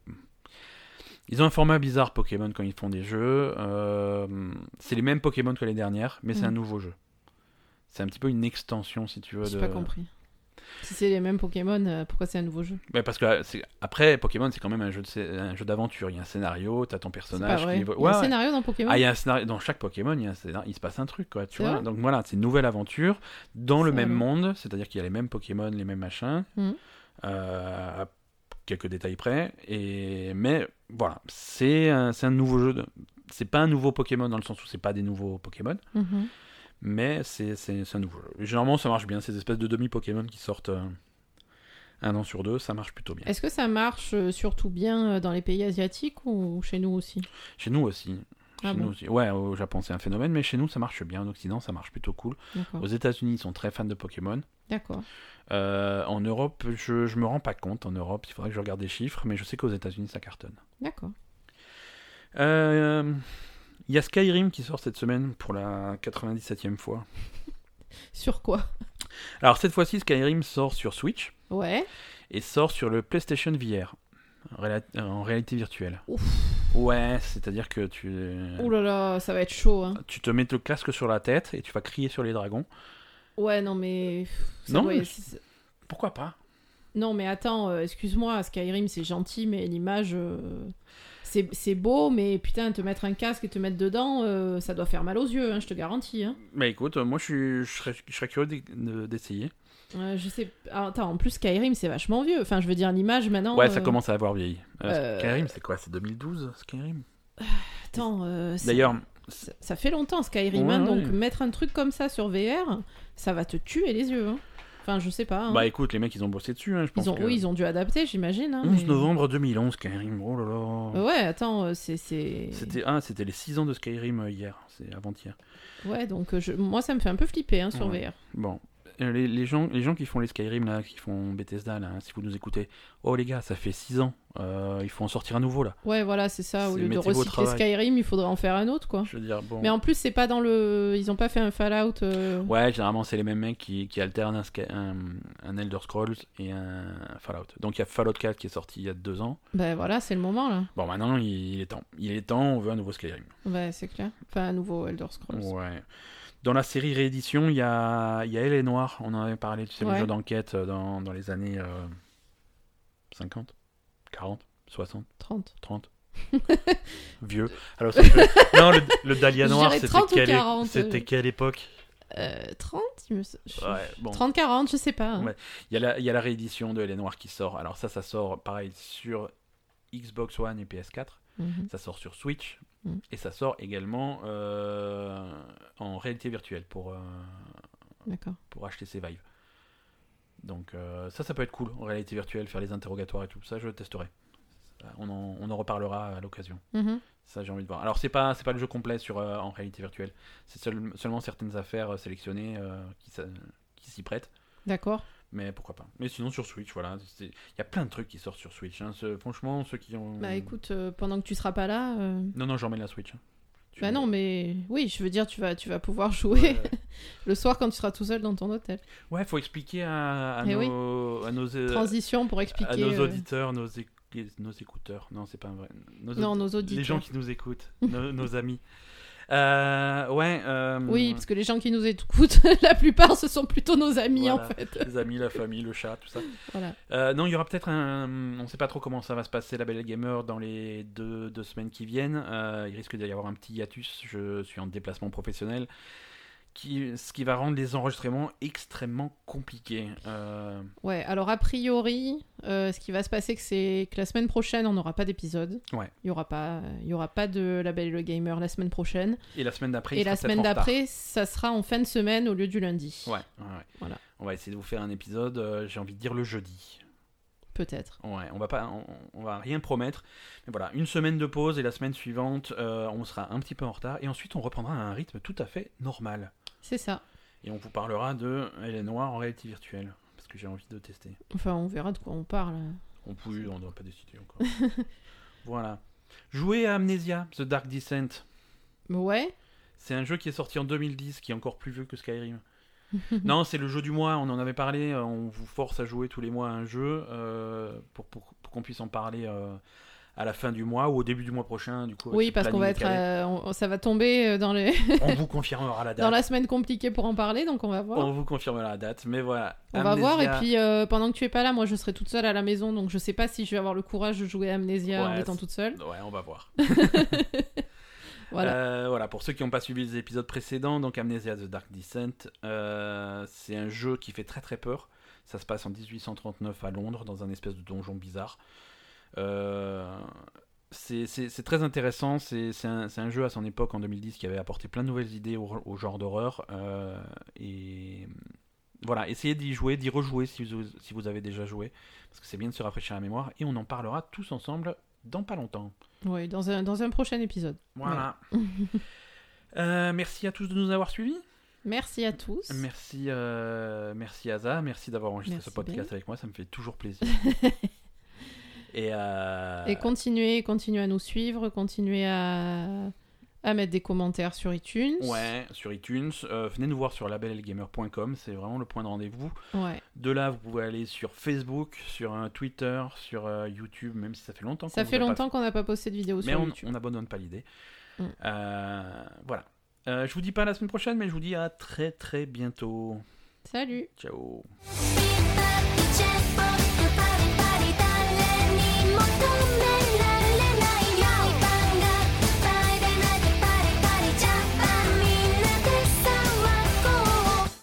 Ils ont un format bizarre, Pokémon, quand ils font des jeux. Euh... C'est les mêmes Pokémon que les dernières, mais mmh. c'est un nouveau jeu. C'est un petit peu une extension, si tu veux. J'ai de... pas compris. Si c'est les mêmes Pokémon, euh, pourquoi c'est un nouveau jeu? bah Parce que c'est... après, Pokémon, c'est quand même un jeu, de... un jeu d'aventure. Il y a un scénario, t'as ton personnage. C'est pas vrai. Qui... Il y a ouais, un ouais. scénario dans Pokémon? Ah, il y a un scénario. Dans chaque Pokémon, il, y a un scénario... il se passe un truc, quoi. Tu c'est vois vrai. Donc voilà, c'est une nouvelle aventure dans le c'est même vrai. monde. C'est-à-dire qu'il y a les mêmes Pokémon, les mêmes machins. Mmh. Euh... À quelques détails près. Et... Mais voilà, c'est un... c'est un nouveau jeu. De... C'est pas un nouveau Pokémon dans le sens où c'est pas des nouveaux Pokémon. Mmh. Mais c'est... C'est... c'est un nouveau jeu. Généralement, ça marche bien. Ces espèces de demi-Pokémon qui sortent... Euh... un an sur deux, ça marche plutôt bien. Est-ce que ça marche euh, surtout bien euh, dans les pays asiatiques ou chez nous aussi? Chez nous aussi. Ah chez bon nous aussi. Ouais, au Japon c'est un phénomène, mais chez nous ça marche bien. En Occident ça marche plutôt cool. D'accord. Aux États-Unis ils sont très fans de Pokémon. D'accord. Euh, en Europe, je, je me rends pas compte. En Europe, il faudrait que je regarde des chiffres, mais je sais qu'aux États-Unis ça cartonne. D'accord. Il euh, y a Skyrim qui sort cette semaine pour la quatre-vingt-dix-septième fois. Sur quoi? Alors cette fois-ci, Skyrim sort sur Switch. Ouais. Et sort sur le PlayStation V R, en réalité virtuelle. Ouf. Ouais, c'est-à-dire que tu... Ouh là là, ça va être chaud. Hein. Tu te mets le casque sur la tête et tu vas crier sur les dragons. Ouais, non mais... Ça non, doit... mais... pourquoi pas? Non mais attends, euh, excuse-moi, Skyrim c'est gentil, mais l'image... Euh... C'est, c'est beau, mais putain, te mettre un casque et te mettre dedans, euh, ça doit faire mal aux yeux, hein, je te garantis. Hein. Bah écoute, moi je, suis, je, serais, je serais curieux d'essayer. Euh, je sais. Attends, en plus Skyrim c'est vachement vieux. Enfin, je veux dire l'image maintenant. Ouais, euh... ça commence à avoir vieilli. Euh, euh... Skyrim, c'est quoi? C'est deux mille douze, Skyrim? Attends. Euh, D'ailleurs, ça, ça fait longtemps Skyrim, ouais, hein, ouais. donc mettre un truc comme ça sur V R, ça va te tuer les yeux. Hein. Enfin, je sais pas. Hein. Bah écoute, les mecs ils ont bossé dessus, hein, je pense. Ils ont, que... Oui, ils ont dû adapter, j'imagine. Hein, onze mais... novembre deux mille onze, Skyrim. Oh là là. Ouais, attends, c'est c'est. C'était ah, c'était les six ans de Skyrim euh, hier, c'est avant-hier. Ouais, donc je... moi ça me fait un peu flipper hein, sur ouais. V R. Bon. Les, les, gens, les gens qui font les Skyrim, là, qui font Bethesda, là, si vous nous écoutez, oh les gars, ça fait six ans, euh, il faut en sortir un nouveau là. Ouais, voilà, c'est ça. Au c'est, lieu de recycler Skyrim, il faudrait en faire un autre, quoi. Je veux dire, bon. Mais en plus, c'est pas dans le. Ils ont pas fait un Fallout. Euh... Ouais, généralement, c'est les mêmes mecs qui, qui alternent un, Sky... un, un Elder Scrolls et un Fallout. Donc il y a Fallout quatre qui est sorti il y a deux ans. Ben voilà, c'est le moment là. Bon, maintenant, il est temps. Il est temps, on veut un nouveau Skyrim. Ouais, c'est clair. Enfin, un nouveau Elder Scrolls. Ouais. Dans la série réédition, il y a, il y a Elle est Noire, on en avait parlé, tu sais, ouais. le jeu d'enquête dans, dans les années euh, cinquante, quarante, soixante, trente. trente. Vieux. Alors, c'est que... Non, le, le Dahlia Noir, c'était, quelle, quarante, c'était euh... quelle époque euh, trente il me... ouais, bon. trente quarante, je sais pas. Hein. Ouais. Il, y a la, il y a la réédition de Elle est Noire qui sort. Alors ça, ça sort pareil sur Xbox One et P S quatre. Mm-hmm. Ça sort sur Switch. Mm. Et ça sort également euh, en réalité virtuelle pour, euh, D'accord. pour H T C Vive. Donc euh, ça, ça peut être cool en réalité virtuelle, faire les interrogatoires et tout. Ça, je testerai. On en, on en reparlera à l'occasion. Mm-hmm. Ça, j'ai envie de voir. Alors, c'est pas, c'est pas le jeu complet sur, euh, en réalité virtuelle. C'est seul, seulement certaines affaires euh, sélectionnées euh, qui, qui s'y prêtent. D'accord. Mais pourquoi pas. Mais sinon, sur Switch, voilà. Il y a plein de trucs qui sortent sur Switch. Hein. Ce, franchement, ceux qui ont... Bah écoute, euh, pendant que tu seras pas là... Euh... Non, non, j'emmène la Switch. Hein. Tu bah veux... non, mais... Oui, je veux dire, tu vas, tu vas pouvoir jouer ouais. le soir quand tu seras tout seul dans ton hôtel. Ouais, faut expliquer à, à, nos, oui. à nos... Transition pour expliquer... À nos auditeurs, euh... nos écouteurs. Nos écouteurs, non, c'est pas vrai. Nos non, nos auditeurs. Les gens qui nous écoutent, nos, nos amis. Euh, ouais. Euh... Oui, parce que les gens qui nous écoutent, la plupart, ce sont plutôt nos amis, voilà, en fait. Les amis, la famille, le chat, tout ça. Voilà. Euh, non, il y aura peut-être un... On sait pas trop comment ça va se passer, la Belle Gamer, dans les deux, deux semaines qui viennent. Euh, il risque d'y avoir un petit hiatus. Je suis en déplacement professionnel. Qui, ce qui va rendre les enregistrements extrêmement compliqués. Euh... Ouais, alors a priori, euh, ce qui va se passer, que c'est que la semaine prochaine, on n'aura pas d'épisode. Ouais. Il n'y aura pas, il y aura pas de La Belle et le Gamer la semaine prochaine. Et la semaine d'après, Et la semaine d'après, ça sera en fin de semaine au lieu du lundi. Ouais, ouais, ouais. Voilà. On va essayer de vous faire un épisode, euh, j'ai envie de dire le jeudi. Peut-être. Ouais, on va pas, on, on va rien promettre. Mais voilà, une semaine de pause et la semaine suivante, euh, on sera un petit peu en retard. Et ensuite, on reprendra à un rythme tout à fait normal. C'est ça. Et on vous parlera de Hélène Noire en réalité virtuelle. Parce que j'ai envie de tester. Enfin, on verra de quoi on parle. On peut, on ne doit pas décider encore. Voilà. Jouez à Amnesia, The Dark Descent. Ouais. C'est un jeu qui est sorti en deux mille dix, qui est encore plus vieux que Skyrim. Non, c'est le jeu du mois, on en avait parlé, on vous force à jouer tous les mois à un jeu euh, pour, pour, pour qu'on puisse en parler euh, à la fin du mois ou au début du mois prochain. Du coup, oui, parce qu'on va être, euh, on, ça va tomber dans les... On vous confirmera la date. Dans la semaine compliquée pour en parler, donc on va voir. On vous confirmera la date, mais voilà. On Amnesia... va voir, et puis euh, pendant que tu es pas là, moi je serai toute seule à la maison, donc je sais pas si je vais avoir le courage de jouer à Amnesia ouais, en étant toute seule. Ouais, on va voir. Voilà. Euh, voilà, pour ceux qui n'ont pas suivi les épisodes précédents, donc Amnesia The Dark Descent, euh, c'est un jeu qui fait très très peur. Ça se passe en dix-huit cent trente-neuf à Londres, dans un espèce de donjon bizarre. Euh, c'est, c'est, c'est très intéressant, c'est, c'est, un, c'est un jeu à son époque, en deux mille dix, qui avait apporté plein de nouvelles idées au, au genre d'horreur. Euh, et voilà, essayez d'y jouer, d'y rejouer si vous, si vous avez déjà joué, parce que c'est bien de se rafraîchir la mémoire, et on en parlera tous ensemble dans pas longtemps. Oui, dans un, dans un prochain épisode. Voilà. Ouais. euh, merci à tous de nous avoir suivis. Merci à tous. Merci, euh, merci Aza, merci d'avoir enregistré merci ce podcast Ben. Avec moi, ça me fait toujours plaisir. Et, euh... Et continuez, continuez à nous suivre, continuez à, à mettre des commentaires sur iTunes. Ouais, sur iTunes. Euh, venez nous voir sur label l gamer point com, c'est vraiment le point de rendez-vous. Ouais. De là, vous pouvez aller sur Facebook, sur euh, Twitter, sur euh, YouTube, même si ça fait longtemps qu'on Ça fait longtemps pas... qu'on n'a pas posté de vidéo sur on, YouTube. Mais on n'abandonne pas l'idée. Mm. Euh, voilà. Euh, je vous dis pas la semaine prochaine, mais je vous dis à très très bientôt. Salut. Ciao.